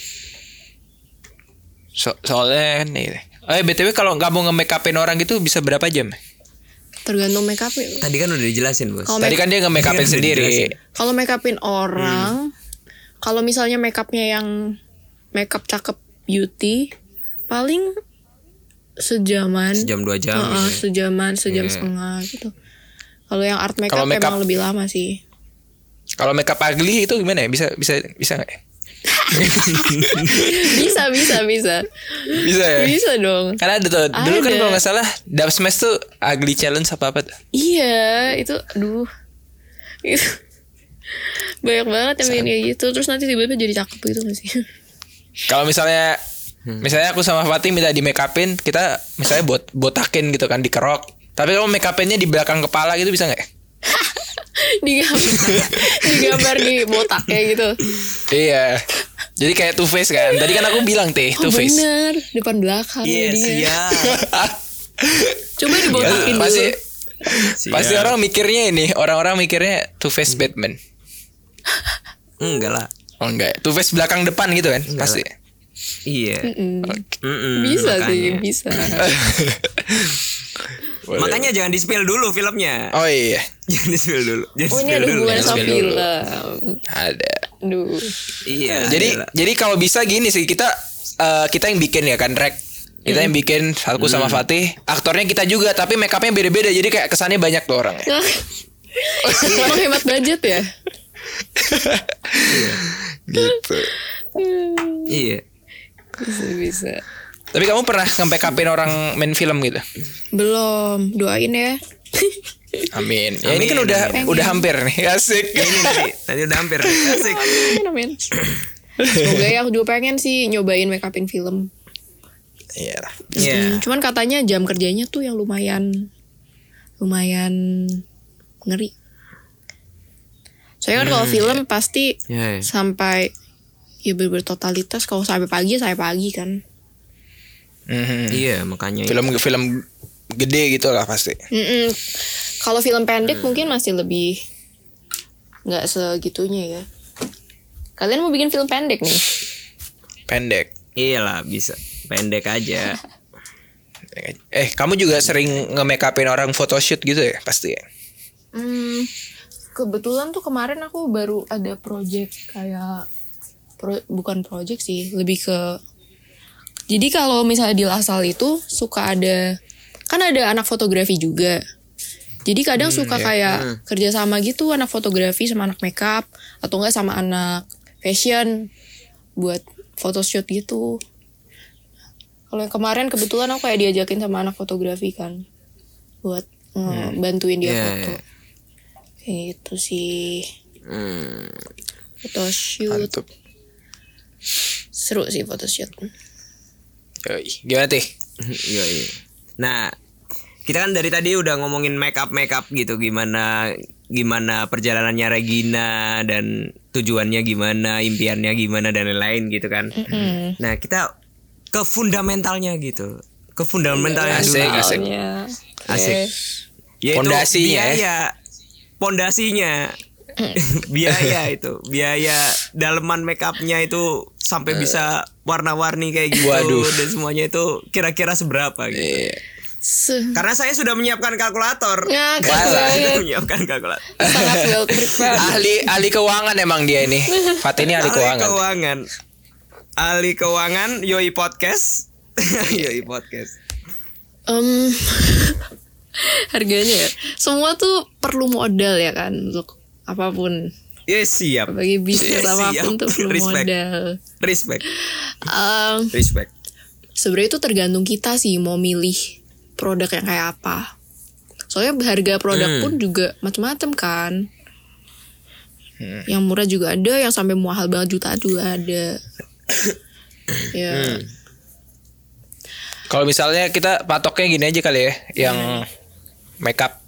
Soalnya nih. BTW kalau kamu nge-makeupin orang gitu bisa berapa jam? Tergantung make up ya. Tadi kan udah dijelasin, Bos. Kalau Tadi kan dia nge-makeupin Iya, sendiri. dijelasin. Kalau make upin orang, kalau misalnya make upnya yang make up cakep beauty, paling sejaman. Sejam 2 jam. Sejam setengah gitu. Kalau yang art make up Kalau make up- emang lebih lama sih. Kalau makeup ugly itu gimana ya? Bisa nggak ya? Bisa. Bisa ya? Bisa dong. Karena ada tuh, dulu kan Ada. kalau nggak salah Dub Smash tuh ugly challenge apa tuh? Iya, itu aduh. Itu banyak banget yang bikin kayak gitu. Terus nanti tiba-tiba jadi cakep gitu gak sih? Kalau misalnya aku sama Fatih minta di make upin, kita misalnya botakin gitu kan, dikerok. Tapi kalau make upinnya di belakang kepala gitu bisa nggak? digambar di botaknya gitu. Iya. Jadi kayak Two Face kan. Tadi kan aku bilang Two Face. Bener, depan belakang. Yes, jadinya. siap. Coba dibotakin dulu. Pasti orang mikirnya Two Face Batman. Enggak lah. Oh enggak, Two Face belakang depan gitu kan? Enggak Pasti. Iya. Bisa makanya. sih, bisa. Boleh. Makanya jangan di-spill dulu filmnya. Oh iya. Jangan di-spill dulu. Jangan Oh ini di-spill ada dulu. hubungan sama Spill dulu. film. Ada. Aduh. Iya. Jadi kalau bisa gini sih, kita yang bikin ya kan, Rek. Kita yang bikin, aku sama Fatih. Aktornya kita juga, tapi make upnya beda-beda. Jadi kayak kesannya banyak tuh orang. Menghemat budget ya. Gitu. Iya. Bisa. Tapi kamu pernah nge-make upin orang main film gitu? Belum, doain ya. Amin. Ya ini kan udah hampir nih. Asik. Ini nanti udah hampir. Asik. Amin. Semoga ya, aku juga pengen sih nyobain make upin film. Iya lah. Iya. Cuman katanya jam kerjanya tuh yang lumayan ngeri. Soalnya kan kalau film pasti Iya. sampai ya bertotalitas. Kalau sampai pagi saya pagi kan. Iya, makanya. Film gede gitu lah pasti. Kalau film pendek mungkin masih lebih nggak segitunya ya. Kalian mau bikin film pendek nih? Pendek. Iyalah, bisa. Pendek aja. Kamu juga sering nge-make upin orang photoshoot gitu ya? Pasti ya? Kebetulan tuh kemarin aku baru ada project kayak bukan project sih, lebih ke jadi kalau misalnya di Lasal itu suka ada anak fotografi juga. Jadi kadang suka kayak kerjasama gitu, anak fotografi sama anak makeup atau enggak sama anak fashion buat photoshoot gitu. Kalau yang kemarin kebetulan aku kayak diajakin sama anak fotografi kan buat bantuin dia foto. Kayak gitu sih. Photoshoot. Mantap. Seru sih photoshoot. Yoi. Gimana Tih? Iya. Nah, kita kan dari tadi udah ngomongin make up gitu, gimana perjalanannya Regina dan tujuannya gimana, impiannya gimana dan lain-lain gitu kan. Nah, kita ke fundamentalnya gitu. Ke fundamentalnya dulu. Asik. Asik. Yaitu Pondasinya biaya. Pondasinya. Biaya daleman make upnya itu sampai bisa warna-warni kayak gitu. Waduh. Dan semuanya itu kira-kira seberapa gitu. Karena saya sudah menyiapkan kalkulator. Ya, Sudah menyiapkan kalkulator. sangat well prepared. ahli keuangan emang dia ini. Fatih ini ahli keuangan. Ahli keuangan Yoi Podcast. Yoi Podcast. Harganya ya. Semua tuh perlu modal ya kan untuk apapun. Yes, siap. Bagi bisnis Yes, apapun siap. tuh perlu Respect. modal. Respect. Respect. Sebenarnya itu tergantung kita sih mau milih produk yang kayak apa. Soalnya harga produk pun juga macam-macam kan. Yang murah juga ada, yang sampai mahal banget jutaan juga ada. Ya. Kalau misalnya kita patoknya gini aja kali ya, yang make up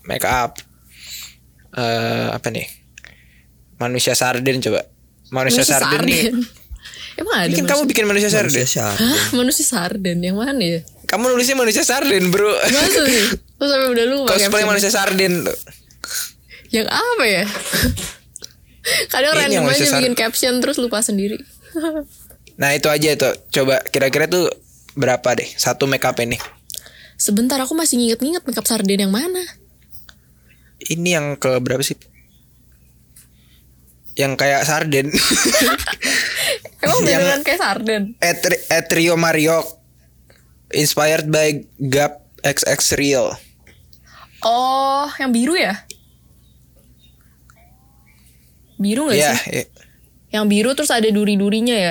apa nih? Manusia sarden coba. Manusia sarden nih. Emang ada Bikin kamu bikin manusia sarden. Hah? Manusia sarden yang mana ya? Kamu nulisnya manusia sarden, Bro. Masa sih? Terus sampai udah lupa. Cosplay manusia sarden tuh. Yang apa ya? Kadang Ini yang random manusia aja bikin caption terus lupa sendiri. Nah, itu aja tuh. Coba kira-kira tuh berapa deh satu make up ini? Sebentar aku masih nginget-nginget makeup sarden yang mana? Ini yang ke berapa sih? Yang kayak sarden. Emang beneran kayak sarden? Etrio Mario inspired by Gap XX Real. Oh, yang biru ya? Biru gak Iya, sih? Yang biru terus ada duri-durinya ya?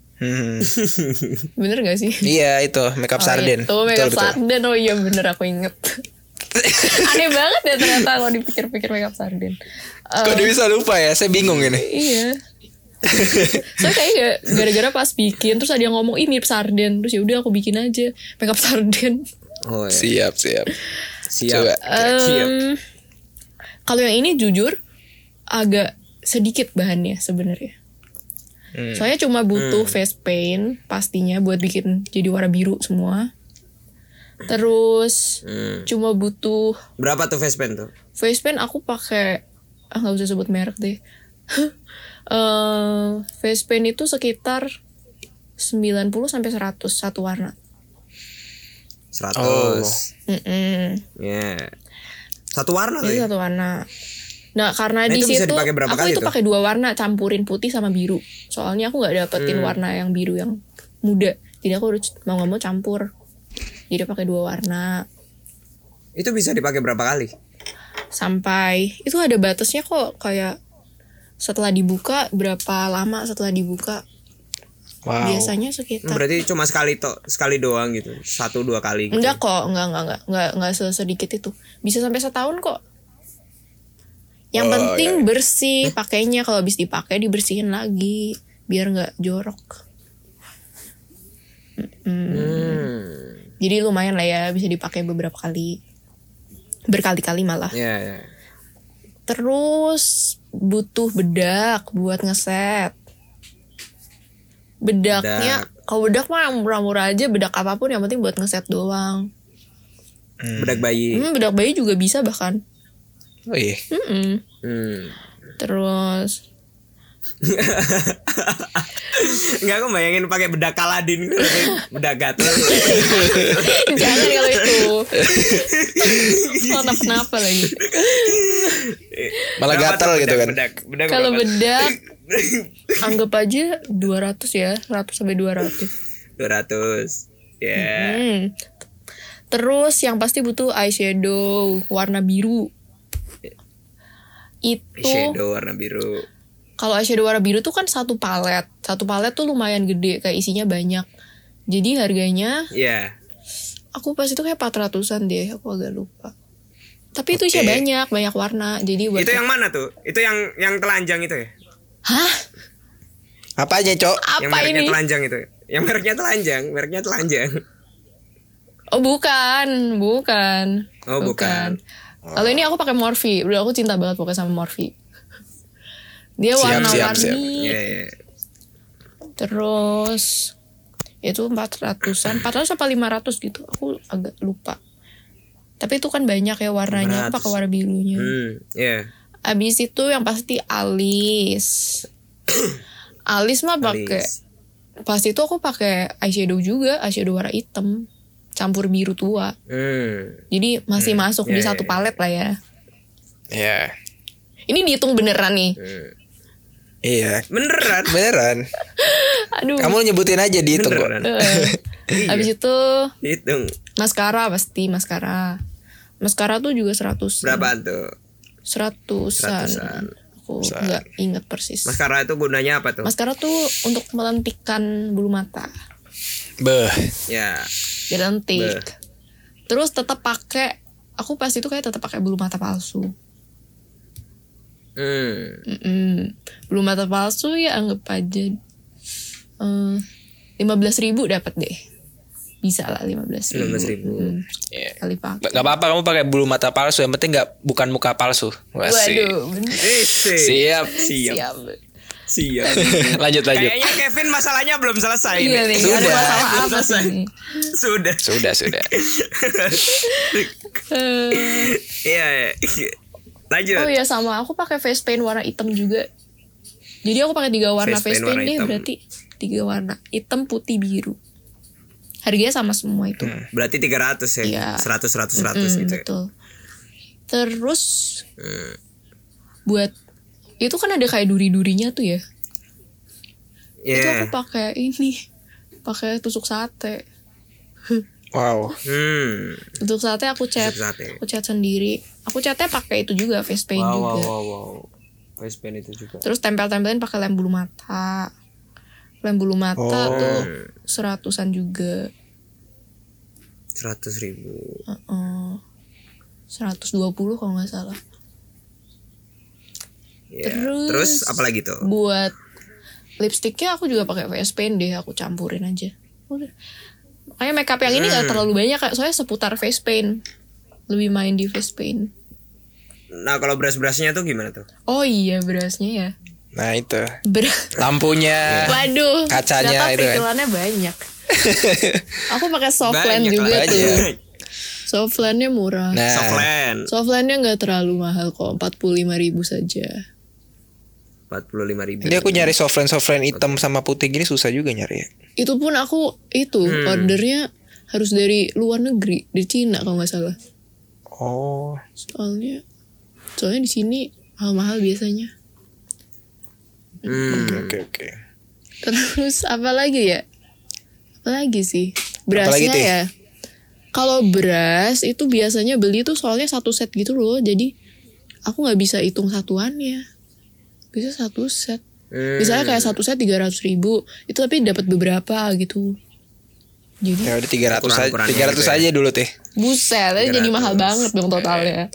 Bener gak sih? Iya itu makeup sarden. Itu makeup sarden. Oh iya bener aku inget. Aneh banget ya ternyata kalau dipikir-pikir makeup sarden. Kok dia bisa lupa ya? Saya bingung ini. Iya. Soalnya kayak gara-gara pas bikin terus ada yang ngomong ih mirip sarden, terus ya udah aku bikin aja makeup sarden. Oh, iya. Siap. Siap. Coba. Kalau yang ini jujur agak sedikit bahannya sebenarnya. Soalnya cuma butuh face paint pastinya buat bikin jadi warna biru semua. Terus cuma butuh Berapa tuh face paint tuh? face paint aku pakai nggak usah sebut merek deh. Face paint itu sekitar 90 sampai 100 satu warna. 100. Ya. Satu warna Jadi tuh. satu warna. Nah karena Nah, di itu bisa situ dipakai berapa aku kali itu tuh? pakai 2 warna, campurin putih sama biru. Soalnya aku nggak dapetin warna yang biru yang muda. Jadi aku harus mau nggak mau campur. Jadi pakai 2 warna. Itu bisa dipakai berapa kali? Sampai itu ada batasnya kok, kayak setelah dibuka berapa lama setelah dibuka. Wow. Biasanya sekitar Berarti cuma sekali doang gitu. 1-2 kali gitu. enggak kok, enggak sedikit itu. Bisa sampai setahun kok. Yang penting bersih pakainya, kalau habis dipakai dibersihin lagi biar enggak jorok. Jadi lumayan lah ya, bisa dipakai beberapa kali. Berkali-kali malah. Ya. Terus butuh bedak buat ngeset. Bedaknya, kalau bedak mah murah-murah aja, bedak apapun yang penting buat ngeset doang. Bedak bayi. Bedak bayi juga bisa bahkan. Oh iya. Terus Enggak, aku bayangin pakai bedak Aladin. Bedak gatel. jangan kalau itu. Kenapa lagi? Malah Berapa gatel tuh gitu kan. Bedak Kalau berapa? bedak anggap aja 200 ya, 100 sampai 200. 200. Ya. Terus yang pasti butuh eyeshadow warna biru. Itu Shadow warna biru. kalau eyeshadow warna biru tuh kan satu palet. Satu palet tuh lumayan gede, kayak isinya banyak. Jadi harganya Ya. aku pas itu kayak 400-an deh, aku agak lupa. Tapi itu isinya banyak warna. Jadi buat Itu yang mana tuh? Itu yang telanjang itu ya? hah? Apanya, Cok? Yang Apa mereknya ini? telanjang itu. Yang mereknya telanjang. Oh bukan. Oh, bukan. Kalau ini aku pakai Morphe. Udah aku cinta banget pokoknya sama Morphe. Dia Siap. warna-warni. Ya. Terus itu 400-an, 400 apa 500 gitu. Aku agak lupa. Tapi itu kan banyak ya warnanya. Aku pakai warna birunya. Ya. Abis itu yang pasti alis. Alis mah pakai. Pas itu aku pakai eyeshadow juga, eyeshadow warna hitam, campur biru tua. Jadi masih masuk di satu palet lah ya. Iya. Ini dihitung beneran nih. Iya. Beneran. Aduh. Kamu nyebutin aja dihitung kok. Beneran. Abis itu Hitung. maskara pasti maskara. Maskara tuh juga 100. Berapaan tuh? 100-an. Aku nggak inget persis. Maskara itu gunanya apa tuh? Maskara tuh untuk melentikkan bulu mata. Beh. Ya. Biar lentik. Terus tetap pakai. Aku pas itu kayak tetap pakai bulu mata palsu. Bulu mata palsu ya anggap aja 15.000 dapat deh. Bisa lah 15.000. 15.000. Iya. Kali pakai. Gak apa-apa kamu pakai bulu mata palsu, yang penting bukan muka palsu. Asik. Waduh, bener. Siap. Siap. lanjut. Kayaknya Kevin masalahnya belum selesai. Iya nih, Sudah. ada masalah Belum apa selesai. sih? Sudah. Sudah. Iya. Lanjut. Oh iya sama, aku pakai face paint warna hitam juga. Jadi aku pakai 3 warna Face paint face paint warna deh, hitam. berarti 3 warna, hitam, putih, biru. Harganya sama semua itu. Berarti 300 ya. Iya. 100 gitu. Ya. Betul. Terus buat itu kan ada kayak duri-durinya tuh ya. Itu aku pakai ini, pakai tusuk sate. Wow. Tusuk sate aku cat, Tusuk sate. aku cat sendiri. Aku catnya pakai itu juga, face paint juga. Wow. Face paint itu juga. Terus tempel-tempelin pakai lem bulu mata. Lem bulu mata tuh 100-an juga. 100.000. 120 kalau nggak salah. Ya. Terus Terus apa lagi tuh? Buat lipstiknya aku juga pakai face paint deh, aku campurin aja. Udah. Makanya makeup yang ini nggak terlalu banyak, soalnya seputar face paint. Lebih main di face paint. Nah kalau brush-brushnya tuh gimana tuh? Oh iya, brushnya ya. Nah itu Brush. lampunya, Waduh, kacanya ternyata itu kan. perintilannya banyak. Aku pakai softland Banyak juga lah. tuh. Softlandnya murah. Nah, Softland Softlandnya nggak terlalu mahal kok, 45.000 saja. 45.000. jadi aku nyari softland hitam sama putih gini susah juga nyari ya. Itu pun aku ordernya harus dari luar negeri, dari Cina kalau nggak salah. Oh, Soalnya di sini mahal-mahal biasanya. oke. Terus apa lagi ya? Apa lagi sih? Apalagi Brushnya tuh? ya. Kalau brush itu biasanya beli tuh soalnya satu set gitu loh. Jadi aku nggak bisa hitung satuannya. Bisa satu set. Misalnya kayak satu set 300.000. Itu tapi dapat beberapa gitu. Jadi Ya udah 300 aja, Ukuran-ukurannya 300 gitu ya. aja dulu teh. buset, jadi 300. mahal banget dong totalnya.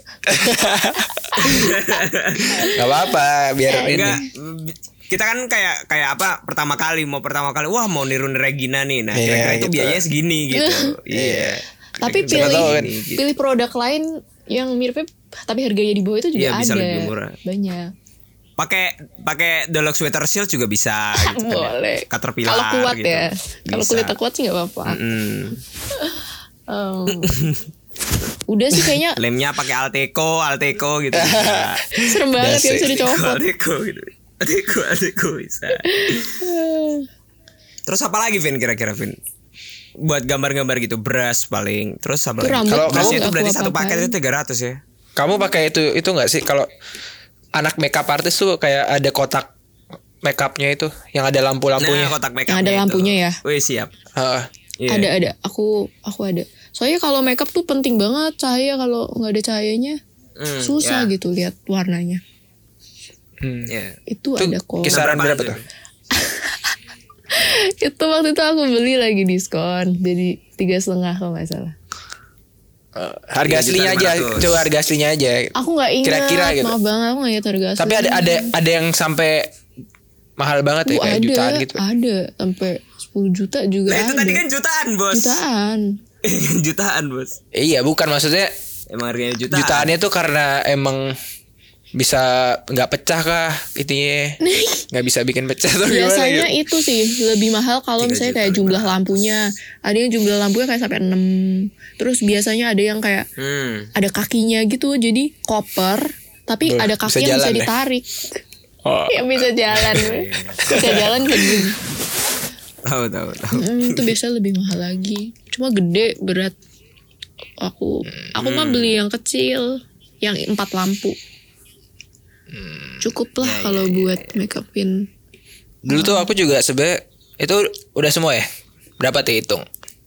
Gak apa-apa biar ini. Enggak, kita kan kayak apa pertama kali wah mau niru Regina nih. Nah, Iya, kira-kira itu gitu. biayanya segini gitu. Iya. Tapi Siapa tahu kan. pilih produk lain yang miripnya tapi harganya di bawah itu juga Iya, bisa ada. lebih murah. Banyak. Pakai Deluxe Sweater Shield juga bisa gitu kan ya. Boleh. Caterpillar Kalau kuat gitu. ya. Kalau Bisa. kulitnya kuat sih nggak apa-apa. Mm. Udah sih kayaknya Lemnya pakai Alteco gitu. Bisa. serem banget ya bisa Dasar. dicopot. Alteco gitu. Alteco bisa. Terus apa lagi Vin kira-kira Vin? Buat gambar-gambar gitu, brush paling. Terus apa Itu lagi? rambut Kalau Brushnya doang itu nggak berarti aku satu paket apa-apain. itu 300 ya. Kamu pakai itu nggak sih kalau anak makeup artist tuh kayak ada kotak makeupnya itu yang ada lampu-lampunya. Nah, kotak makeup Yang ada lampunya ya? Wih, siap. Heeh. Iya. Ada. Aku ada. Soalnya kalau makeup tuh penting banget cahaya, kalau nggak ada cahayanya susah ya. gitu lihat warnanya. Iya. Itu Itu ada kok. kisaran berapa itu? tuh? Itu waktu itu aku beli lagi diskon, jadi 3,5 kalau nggak salah. Harga aslinya aja, 3.500.000. coba harga aslinya aja. Aku nggak ingat. Kira-kira gitu. Maaf banget, aku nggak ingat harga aslinya. Tapi ada yang sampai mahal banget ya kayak ada, jutaan gitu. Ada sampai 10 juta juga Nah, itu ada. tadi kan jutaan, Bos. Jutaan. Jutaan, Bos. Iya, bukan maksudnya Emang harganya jutaan. jutaannya tuh karena emang bisa nggak pecah kah intinya, nggak bisa bikin pecah atau gimana Biasanya gitu. itu sih lebih mahal kalau 3 misalnya juta kayak jumlah lampunya. Ada yang jumlah lampunya kayak sampai 6. Terus biasanya ada yang kayak ada kakinya gitu, jadi koper tapi Boleh, ada bisa kaki yang bisa jalan ya? ditarik. Oh. Yang bisa jalan. Bisa jalan kayak gini. Tahu. Itu biasanya lebih mahal lagi. Cuma gede, berat. Aku mah beli yang kecil, yang 4 lampu. Cukup lah kalau buat make upin. Dulu tuh aku juga sebenarnya itu udah semua ya. Berapa tuh hitung?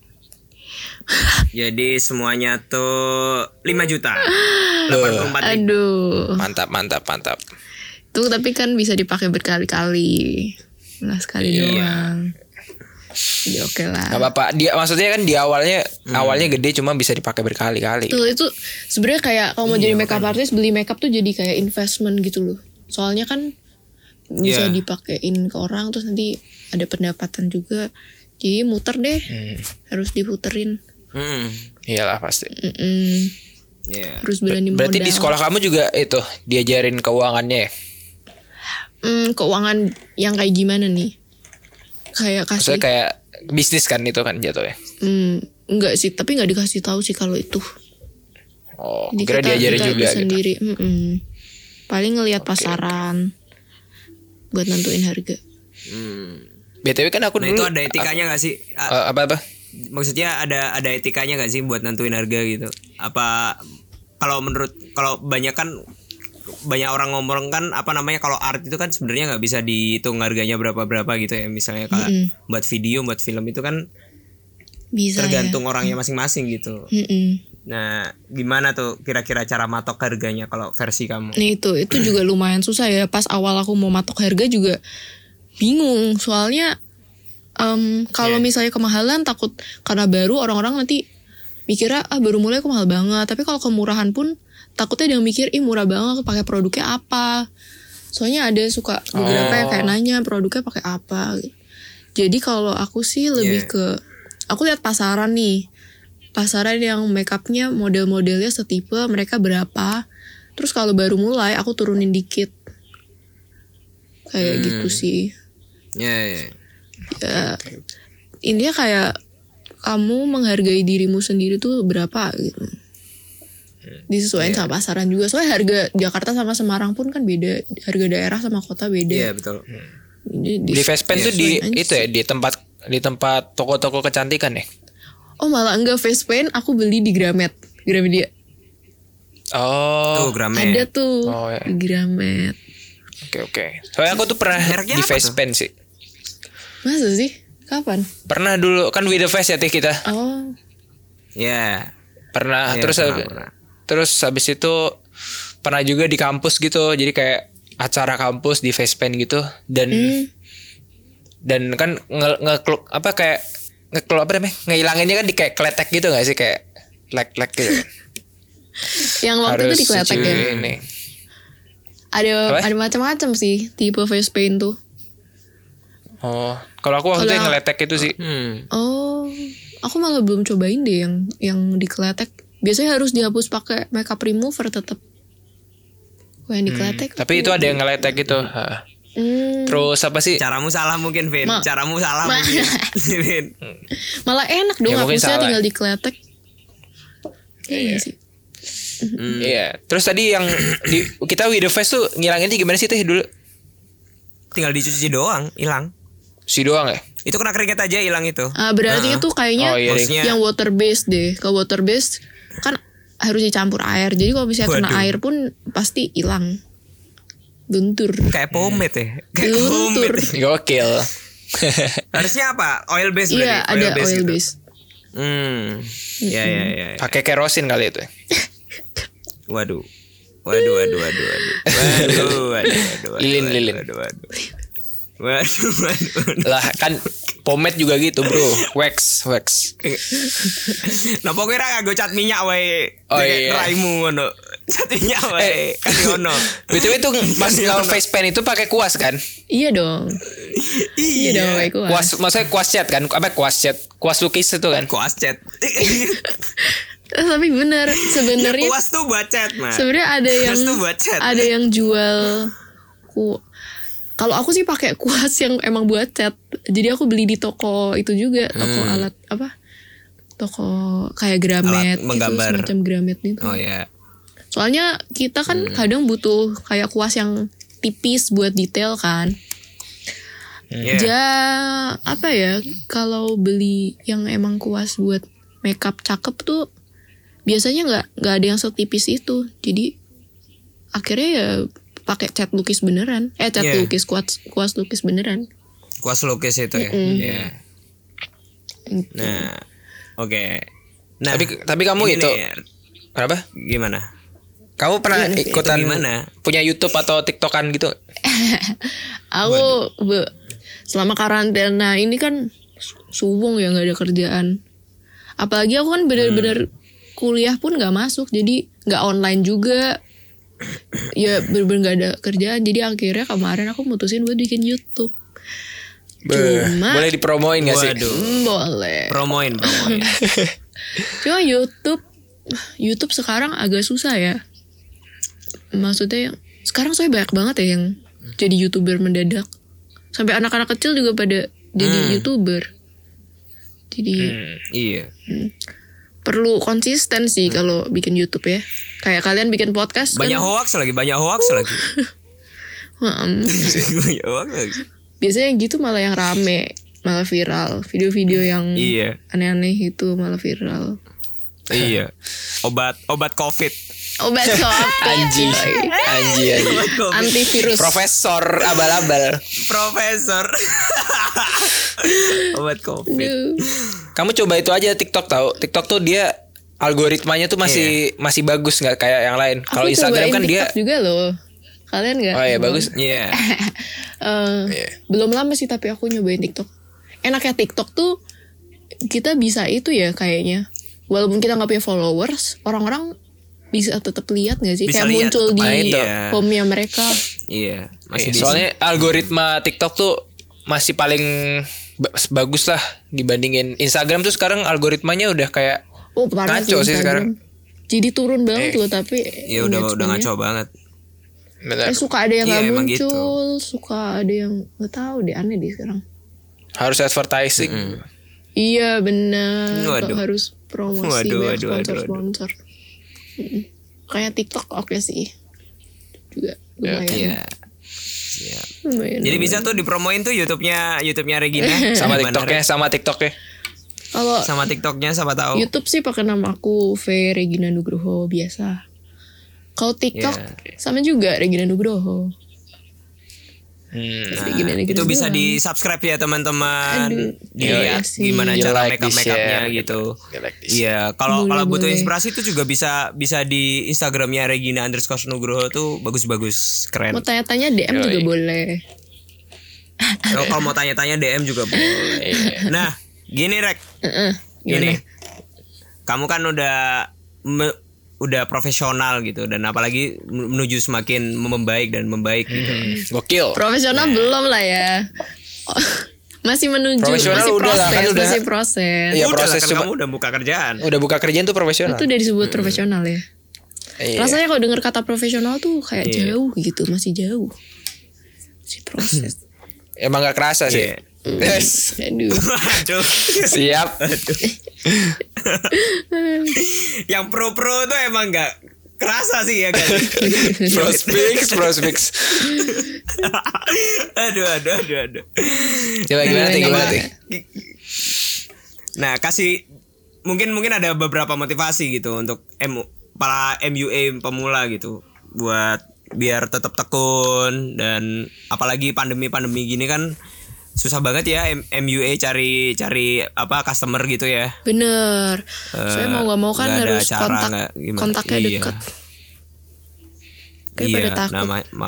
Jadi semuanya tuh 5 juta. Loh, 84.000. Aduh. mantap. Tuh tapi kan bisa dipakai berkali-kali. Nggak sekali doang. Jadi oke lah. Gak apa-apa. Dia maksudnya kan di awalnya gede cuma bisa dipakai berkali-kali. Tuh itu sebenarnya kayak kalau mau jadi makeup artist, beli makeup tuh jadi kayak investment gitu loh. Soalnya kan bisa Iya. dipakein ke orang, terus nanti ada pendapatan juga. Jadi muter deh. Harus diputerin. Iyalah pasti. Iya. Harus berani Berarti modal. di sekolah kamu juga itu diajarin keuangannya ya? Keuangan yang kayak gimana nih? Kayak kasih. Maksudnya kayak bisnis kan itu kan jatuhnya. Enggak sih, tapi nggak dikasih tahu sih kalau itu. Oh, Jadi kira diajarin kita juga gitu. sendiri. Paling ngelihat pasaran buat nentuin harga. BTW kan aku Nah, dulu itu ada etikanya gak sih? apa? Maksudnya ada etikanya gak sih buat nentuin harga gitu? Apa kalau banyak orang ngomong kan kalau art itu kan sebenarnya nggak bisa dihitung harganya berapa gitu ya, misalnya kalau buat video, buat film itu kan Bisa tergantung orangnya masing-masing gitu. ya. Nah, gimana tuh kira-kira cara matok harganya kalau versi kamu? Nah itu juga lumayan susah ya. Pas awal aku mau matok harga juga bingung. Soalnya kalau misalnya kemahalan takut karena baru orang-orang nanti mikirnya baru mulai kok mahal banget. Tapi kalau kemurahan pun takutnya dia mikir murah banget pakai produknya apa. Soalnya ada suka beberapa yang kayak nanya produknya pakai apa. Jadi kalau aku sih lebih ke aku lihat pasaran nih. Pasaran yang makeupnya model-modelnya setipe, mereka berapa. Terus kalau baru mulai aku turunin dikit. Kayak gitu sih. Ya. Ya, intinya kayak kamu menghargai dirimu sendiri tuh berapa gitu. Disesuaikan sama pasaran juga. Soalnya harga Jakarta sama Semarang pun kan beda. Harga daerah sama kota beda. Iya betul. Di Vespen tuh di itu ya di tempat toko-toko kecantikan ya. Oh malah enggak, Vespen aku beli di Gramedia. Oh. Tuh Gramet. Ada tuh Oh, ya. di Gramet. Oke. Soalnya aku tuh pernah Mereknya di apa Vespen sih. Masa sih? Kapan? Pernah dulu kan with the Fest ya Tih kita. Oh. Ya. Pernah. Iya, Terus pernah. habis itu pernah juga di kampus gitu. Jadi kayak acara kampus di Vespen gitu dan kan ngekluk apa kayak ngekluk apa namanya? Ngehilanginnya kan di kayak kletek gitu enggak sih kayak lek gitu. Yang waktu itu di Kletek ya. Ini. Ada macam-macam sih tipe face paint tuh. Oh, kalau aku waktu itu yang ngeletek itu sih. Oh, aku malah belum cobain deh yang di Kletek. Biasanya harus dihapus pakai makeup remover tetap. Kalau yang di Kletek. Tapi itu ada yang ngeletek gitu. Terus apa sih? Caramu salah mungkin, Vin. Caramu salah mungkin. Vin. Malah enak dong Ya, mungkin hapusnya salah. tinggal di Kletek. Iya sih. Iya. Terus tadi yang kita with the face tuh ngilanginnya gimana sih Teh dulu? Tinggal dicuci doang, hilang. Si doang ya? Itu kena keringet aja hilang itu. Berarti itu kayaknya Oh, iya, Harusnya yang water based deh. Kalau water based kan harus dicampur air. Jadi kalau misalnya kena Waduh. air pun pasti hilang. Luntur. kayak pomade ya. Kayak Luntur. pomade. Gokil. Harusnya apa? Oil base berarti. Iya, ada oil gitu. based. Ya. Pakai kerosin kali itu. Waduh. Lilin. Waduh. Lah kan pomade juga gitu, Bro. Wax. Nah pokoknya nganggo cat minyak wae. Oh, Kayak iya. raimu ngono. Cat minyak wae. Kan ono. BTW itu pas kalau face paint itu pakai kuas kan? Iya dong. Iya dong, kayak kuas. Kuas maksudnya kuas cat kan? Apa kuas cat? Kuas lukis itu kan? Kuas cat. Tapi bener sebenarnya. Kuas tuh buat cat, Mas. Sebenarnya Kuas tuh buat cat. ada yang jual kalau aku sih pakai kuas yang emang buat cat. Jadi aku beli di toko itu juga, toko alat apa? Toko kayak Gramet Alat menggambar. gitu, semacam Gramet gitu. Oh ya. Soalnya kita kan kadang butuh kayak kuas yang tipis buat detail kan. Iya. Ja, apa ya? Kalau beli yang emang kuas buat makeup cakep tuh biasanya nggak ada yang setipis itu. Jadi akhirnya ya pakai cat lukis beneran. Cat Iya. lukis kuas lukis beneran. Kuas lukis itu ya. Iya. Nah, oke. Nah, Tapi kamu ini itu nih, apa? gimana? Kamu pernah ikutan Itu gimana? punya YouTube atau TikTokan gitu? Aku selama karantina ini kan subung ya, nggak ada kerjaan. Apalagi aku kan bener-bener kuliah pun nggak masuk, jadi nggak online juga. Ya bener-bener nggak ada kerjaan, jadi akhirnya kemarin aku mutusin buat bikin YouTube. Cuma Boleh dipromoin gak sih? Waduh. boleh. Promoin. Cuma YouTube sekarang agak susah ya. Maksudnya sekarang saya banyak banget ya yang jadi YouTuber mendadak. Sampai anak-anak kecil juga pada jadi YouTuber. Jadi Iya. perlu konsisten sih kalau bikin YouTube ya. Kayak kalian bikin podcast Banyak kan. hoax lagi. Banyak hoax lagi. Biasanya gitu malah yang rame, malah viral. Video-video yang Iya. aneh-aneh itu malah viral. Iya. Obat COVID. Obat COVID. Anji. Obat COVID. Antivirus. Profesor abal-abal. Profesor. Obat COVID. Aduh. Kamu coba itu aja TikTok tahu. TikTok tuh dia algoritmanya tuh masih bagus nggak kayak yang lain. Kalau Aku Instagram cobain kan dia TikTok juga loh. Kalian nggak? oh ya bagus. Iya. Belum lama sih tapi aku nyobain TikTok. Enaknya TikTok tuh kita bisa itu ya kayaknya. Walaupun kita nggak punya followers, orang-orang bisa tetap lihat nggak sih? Bisa Kayak lihat, muncul tetep di aja. home-nya mereka. Iya, masih Iya, soalnya algoritma TikTok tuh masih paling bagus lah dibandingin Instagram tuh. Sekarang algoritmanya udah kayak Parah ngaco sih sekarang. Jadi turun banget loh, tapi ya udah ngaco banget. Benar. suka ada yang Iya, nggak emang muncul, suka ada yang nggak tahu deh, aneh deh sekarang. Harus advertising. Iya benar, Waduh. harus promosi, Waduh, banyak sponsor-sponsor. Kayak TikTok oke sih, juga lumayan. Iya. Siap. Lumayan. Jadi bisa tuh dipromoin tuh YouTube-nya Regina Sama Gimana, TikToknya. Kalau sama TikToknya siapa tahu. YouTube sih pakai nama aku V Regina Nugroho biasa. Kalau TikTok sama juga Regina Nugroho. Nah, Regina Nugroho. itu bisa di subscribe ya teman-teman. Aduh, Dilihat iya sih. gimana Di cara like, make di-share, upnya gitu. Di like, di-share. Iya, kalau butuh Boleh. inspirasi itu juga bisa di Instagramnya Regina_Nugroho tuh bagus-bagus, keren. Mau tanya-tanya DM juga boleh. Kalau mau tanya-tanya DM juga boleh. Nah, gini Rek. Gimana? Gini. Kamu kan udah profesional gitu, dan apalagi menuju semakin membaik gitu. Gokil. Profesional belum lah ya. Masih menuju, Profesional masih udah lah, proses, kan udah. masih proses. Iya, Udah proses lah, kan cuma- kamu udah buka kerjaan. Udah buka kerjaan tuh profesional. Itu udah disebut profesional ya. Iya. Rasanya kalau denger kata profesional tuh kayak Iya. jauh gitu, masih jauh. Masih proses. Emang gak kerasa sih. Iya. Yes. Aduh. Waduh. Siap. Yang pro tuh emang nggak kerasa sih ya kan. Prospix. aduh. Coba gimana tuh? Nah, kasih mungkin ada beberapa motivasi gitu untuk para MUA pemula gitu, buat biar tetap tekun. Dan apalagi pandemi gini kan susah banget ya MUA cari customer gitu ya. Bener. Soalnya mau gak mau kan nggak ada harus cara, nggak gimana. kontaknya Iya. deket. Kayak pada takut.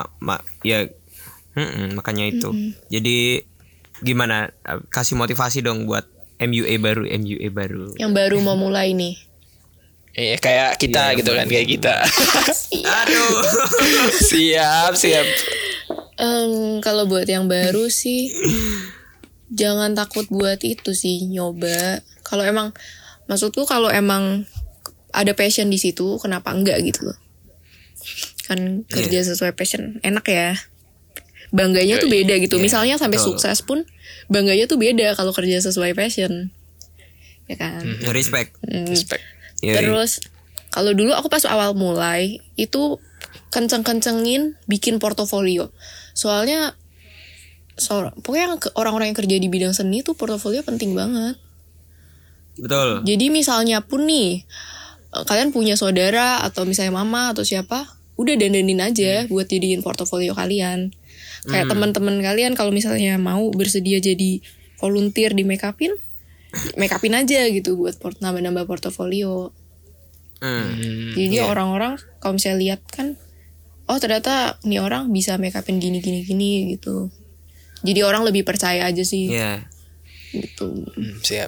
Makanya itu. Jadi gimana, kasih motivasi dong buat MUA baru. Yang baru mau mulai nih. Iya, kayak kita gitu kan, kayak kita. Aduh. Siap. Kalau buat yang baru sih jangan takut buat itu sih, nyoba. Kalau emang maksudku kalau emang ada passion di situ, kenapa enggak gitu loh. Kan kerja sesuai passion enak ya. Bangganya tuh beda gitu. Misalnya sampai sukses pun bangganya tuh beda kalau kerja sesuai passion. Ya kan? Respect. Yoi. Terus kalau dulu aku pas awal mulai itu kenceng-kencengin bikin portofolio. Soalnya pokoknya orang-orang yang kerja di bidang seni tuh portofolio penting banget. Betul. Jadi misalnya pun nih kalian punya saudara atau misalnya mama atau siapa, udah dandanin aja buat jadiin portofolio kalian. Kayak teman-teman kalian kalau misalnya mau bersedia jadi volunteer di make upin aja gitu buat nambah-nambah portofolio. Jadi orang-orang kalau misalnya lihat kan, oh ternyata nih orang bisa make upin gini gitu. Jadi orang lebih percaya aja sih. Iya. Gitu. Siap.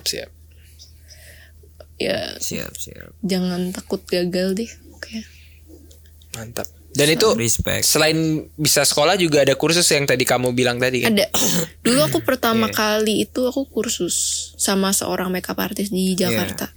Ya Siap. jangan takut gagal deh. Oke. Mantap. Dan itu Respect. selain bisa sekolah juga ada kursus yang tadi kamu bilang tadi kan? Ada. Dulu aku pertama kali itu aku kursus sama seorang makeup artist di Jakarta.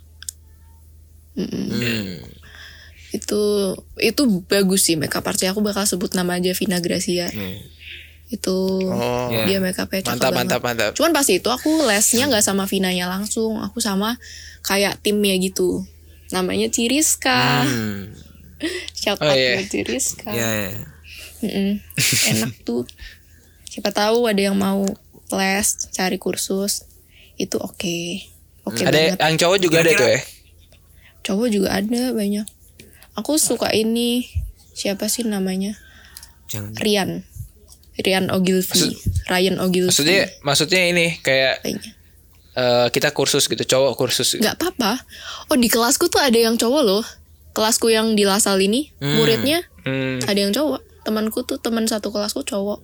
Itu bagus sih makeup artist. Aku bakal sebut nama aja Vina Gracia. Itu dia make upnya cakep banget. Mantap. Cuman pas itu aku lesnya nggak sama Vinanya langsung, aku sama kayak timnya gitu. Namanya Ciriska. Shout out buat Ciriska. Iya. Enak tuh. Siapa tahu ada yang mau les, cari kursus. Itu oke. Oke Ada banget. yang cowok juga ada tuh ya? Cowok juga ada banyak. Aku suka ini. Siapa sih namanya? Jangan. Ryan Ogilvy. Ryan Ogilvy. Maksudnya ini kayak Kayaknya. kita kursus gitu, cowok kursus gitu. Gak apa-apa. Oh di kelasku tuh ada yang cowok loh. Kelasku yang di Lasal ini muridnya ada yang cowok. Temanku tuh teman satu kelasku cowok.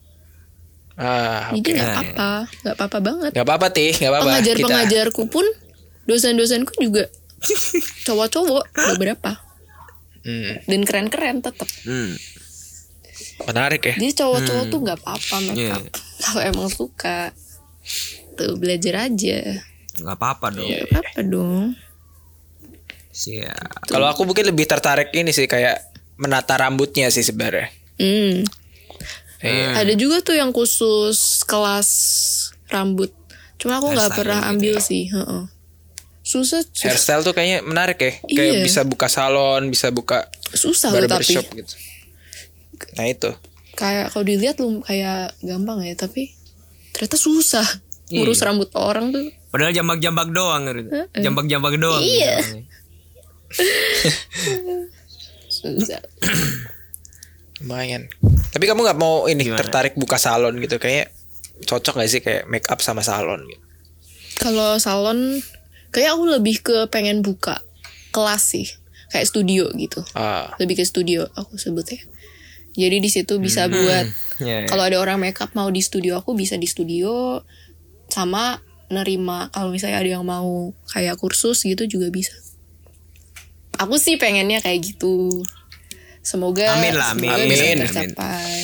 Jadi gak apa-apa. Gak apa-apa banget. Gak apa-apa Tih, gak apa-apa. Pengajar-pengajarku pun dosen-dosenku juga cowok-cowok beberapa. Dan keren-keren tetap. Menarik ya. Jadi cowok-cowok tuh nggak apa-apa makeup. Kalau emang suka tuh belajar aja. Nggak apa-apa dong. Nggak apa-apa dong. Siap. Kalau aku mungkin lebih tertarik ini sih kayak menata rambutnya sih sebenarnya. Ada juga tuh yang khusus kelas rambut. Cuma aku nggak pernah ambil sih. Susah. Hairstyle tuh kayaknya menarik ya. Kayak bisa buka salon, bisa buka susah loh tapi. barbershop gitu. Nah itu. Kayak kalau dilihat lu kayak gampang ya, tapi ternyata susah. Ngurus rambut orang tuh. Padahal jambak-jambak doang gitu. Jambak-jambak doang. Iya. Gitu. Susah. Lumayan. Tapi kamu nggak mau ini tertarik buka salon gitu? Kayak cocok gak sih kayak make up sama salon gitu? Kalau salon kayak aku lebih ke pengen buka kelas sih, kayak studio gitu. Lebih ke studio aku sebutnya. Jadi di situ bisa buat kalau ada orang makeup mau di studio, aku bisa di studio, sama nerima kalau misalnya ada yang mau kayak kursus gitu juga bisa. Aku sih pengennya kayak gitu. Semoga Amin lah, amin. bisa Amin. tercapai.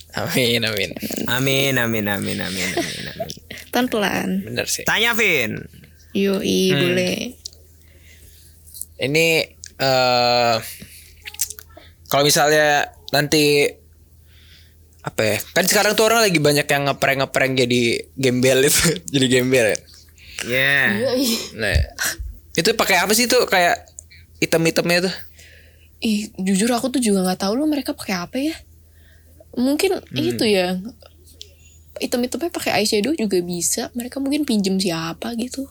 Amin. Pelan-pelan. Bener sih. Tanya Vin. Yoi, boleh. Ini kalau misalnya nanti apa ya? Kan sekarang tuh orang lagi banyak yang ngeprank jadi gembel itu, jadi gembel ya. Yeah. Nah, itu pakai apa sih tuh kayak item-itemnya tuh? Jujur aku tuh juga nggak tahu loh mereka pakai apa ya. Mungkin itu ya. Item-itemnya pakai eyeshadow juga bisa. Mereka mungkin pinjem siapa gitu.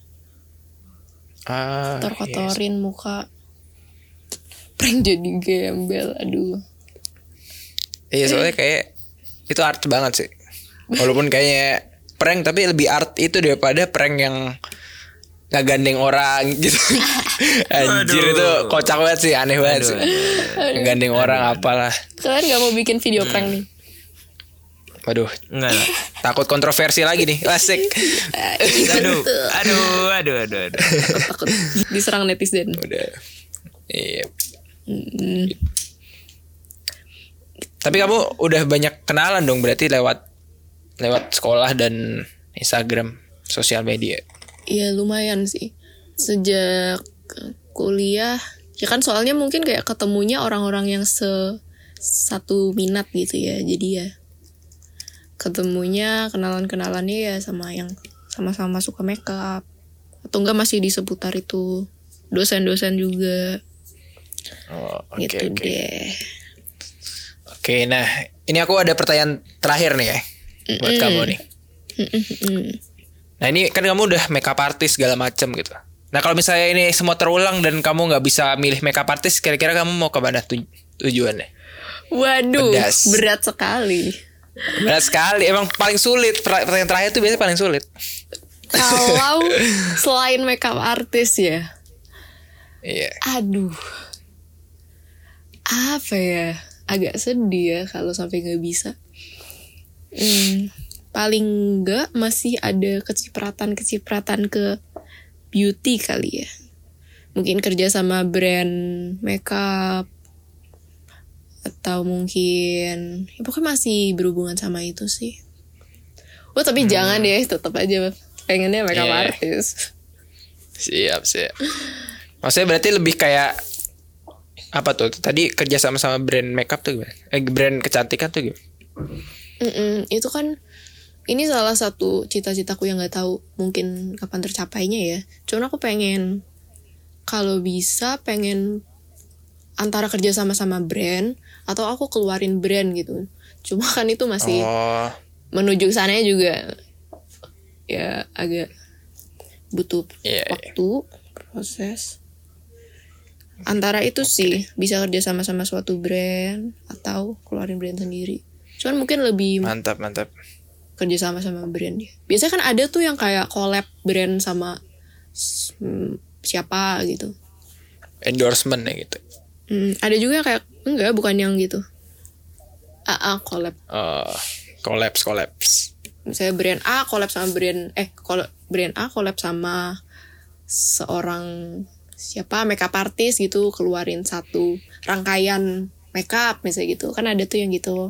Kotor-kotorin muka. Prank jadi gembel, aduh. Iya, soalnya kayak itu art banget sih. Walaupun kayaknya prank tapi lebih art itu daripada prank yang nggak gandeng orang gitu. Anjir, itu kocak banget sih, aneh banget sih. Gandeng orang apalah. Kalian nggak mau bikin video prank nih? Waduh, Enggak lah. takut kontroversi lagi nih. Asik. Aduh. Takut diserang netizen. Udah. Iya. Tapi kamu udah banyak kenalan dong berarti lewat sekolah dan Instagram, sosial media. Iya lumayan sih. Sejak kuliah, ya kan soalnya mungkin kayak ketemunya orang-orang yang satu minat gitu ya. Jadi ya ketemunya, kenalan-kenalannya ya sama yang sama-sama suka makeup. Atau enggak masih di seputar itu. Dosen-dosen juga. Gitu deh. Oke, nah ini aku ada pertanyaan terakhir nih ya buat kamu nih. Nah ini kan kamu udah makeup artist segala macam gitu. Nah kalau misalnya ini semua terulang dan kamu nggak bisa milih makeup artist, kira-kira kamu mau ke mana tujuannya? Waduh, Pedas. berat sekali. Berat sekali, emang paling sulit. Pertanyaan terakhir tuh biasanya paling sulit. Kalau selain makeup artist ya, Iya. aduh, apa ya? Agak sedih ya kalau sampai nggak bisa. Paling nggak masih ada kecipratan ke beauty kali ya. Mungkin kerja sama brand makeup atau mungkin ya pokoknya masih berhubungan sama itu sih. Tapi jangan deh, tetap aja pengennya makeup artist. Siap. Maksudnya berarti lebih kayak apa tuh? Tadi kerja sama brand makeup tuh gimana? Brand kecantikan tuh gimana? Itu kan ini salah satu cita-citaku yang nggak tahu mungkin kapan tercapainya ya. Cuman aku pengen kalau bisa pengen antara kerja sama brand atau aku keluarin brand gitu. Cuma kan itu masih menuju sananya juga ya agak butuh waktu proses. Antara itu sih bisa kerja sama suatu brand atau keluarin brand sendiri. Cuman mungkin lebih mantap kerja sama brand ya. Biasanya kan ada tuh yang kayak collab brand sama siapa gitu. Endorsement ya gitu. Ada juga kayak enggak, bukan yang gitu. Collab. Collabs. Misalnya brand A collab sama brand A collab sama seorang siapa makeup artist gitu, keluarin satu rangkaian makeup misalnya gitu. Kan ada tuh yang gitu.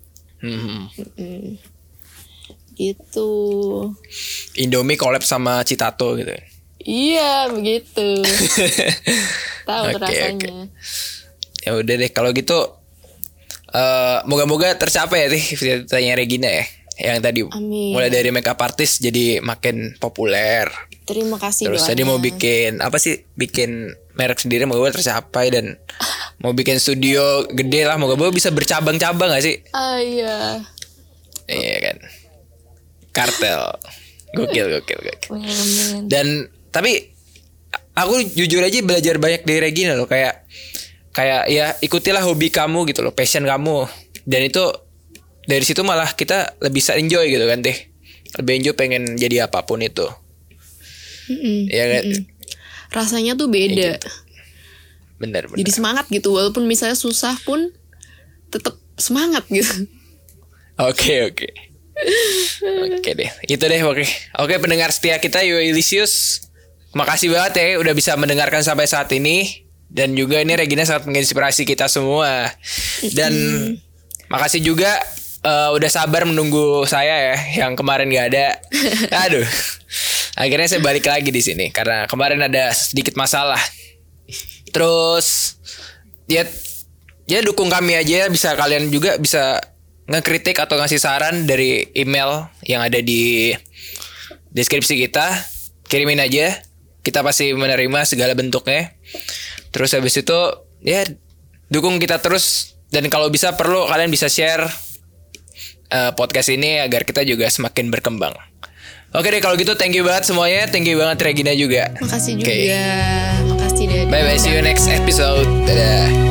Gitu. Indomie collab sama Citato gitu. Iya begitu. Tahu Oke, rasanya. Ya udah deh kalau gitu moga-moga tercapai ya cita-citanya Regina ya. Yang tadi Amin. mulai dari makeup artist jadi makin populer. Terima kasih Terus doanya. tadi mau bikin apa sih? Bikin merek sendiri moga-moga tercapai dan mau bikin studio gede lah, moga-moga bisa bercabang-cabang gak sih? Iya. Iya kan. Kartel. Gokil. Amin. Dan tapi aku jujur aja belajar banyak dari Regina loh, kayak ya ikutilah hobi kamu gitu loh, passion kamu. Dan itu dari situ malah kita lebih bisa enjoy gitu kan deh. Lebih enjoy pengen jadi apapun itu. Iya kan? Rasanya tuh beda. Benar. Jadi semangat gitu, walaupun misalnya susah pun tetap semangat gitu. Oke. Oke deh. Itu deh Oke pendengar setia kita Yoilisius. Makasih banget ya udah bisa mendengarkan sampai saat ini. Dan juga ini Regina sangat menginspirasi kita semua. Dan makasih juga udah sabar menunggu saya ya yang kemarin gak ada. Aduh. Akhirnya saya balik lagi di sini karena kemarin ada sedikit masalah. Terus ya dukung kami aja, bisa kalian juga bisa ngekritik atau ngasih saran dari email yang ada di deskripsi kita. Kirimin aja. Kita pasti menerima segala bentuknya. Terus habis itu ya dukung kita terus. Dan kalau bisa perlu kalian bisa share podcast ini agar kita juga semakin berkembang. Oke deh kalau gitu thank you banget semuanya. Thank you banget Regina juga. Makasih juga. Oke. Makasih Dad. Bye bye, see you next episode. Dadah.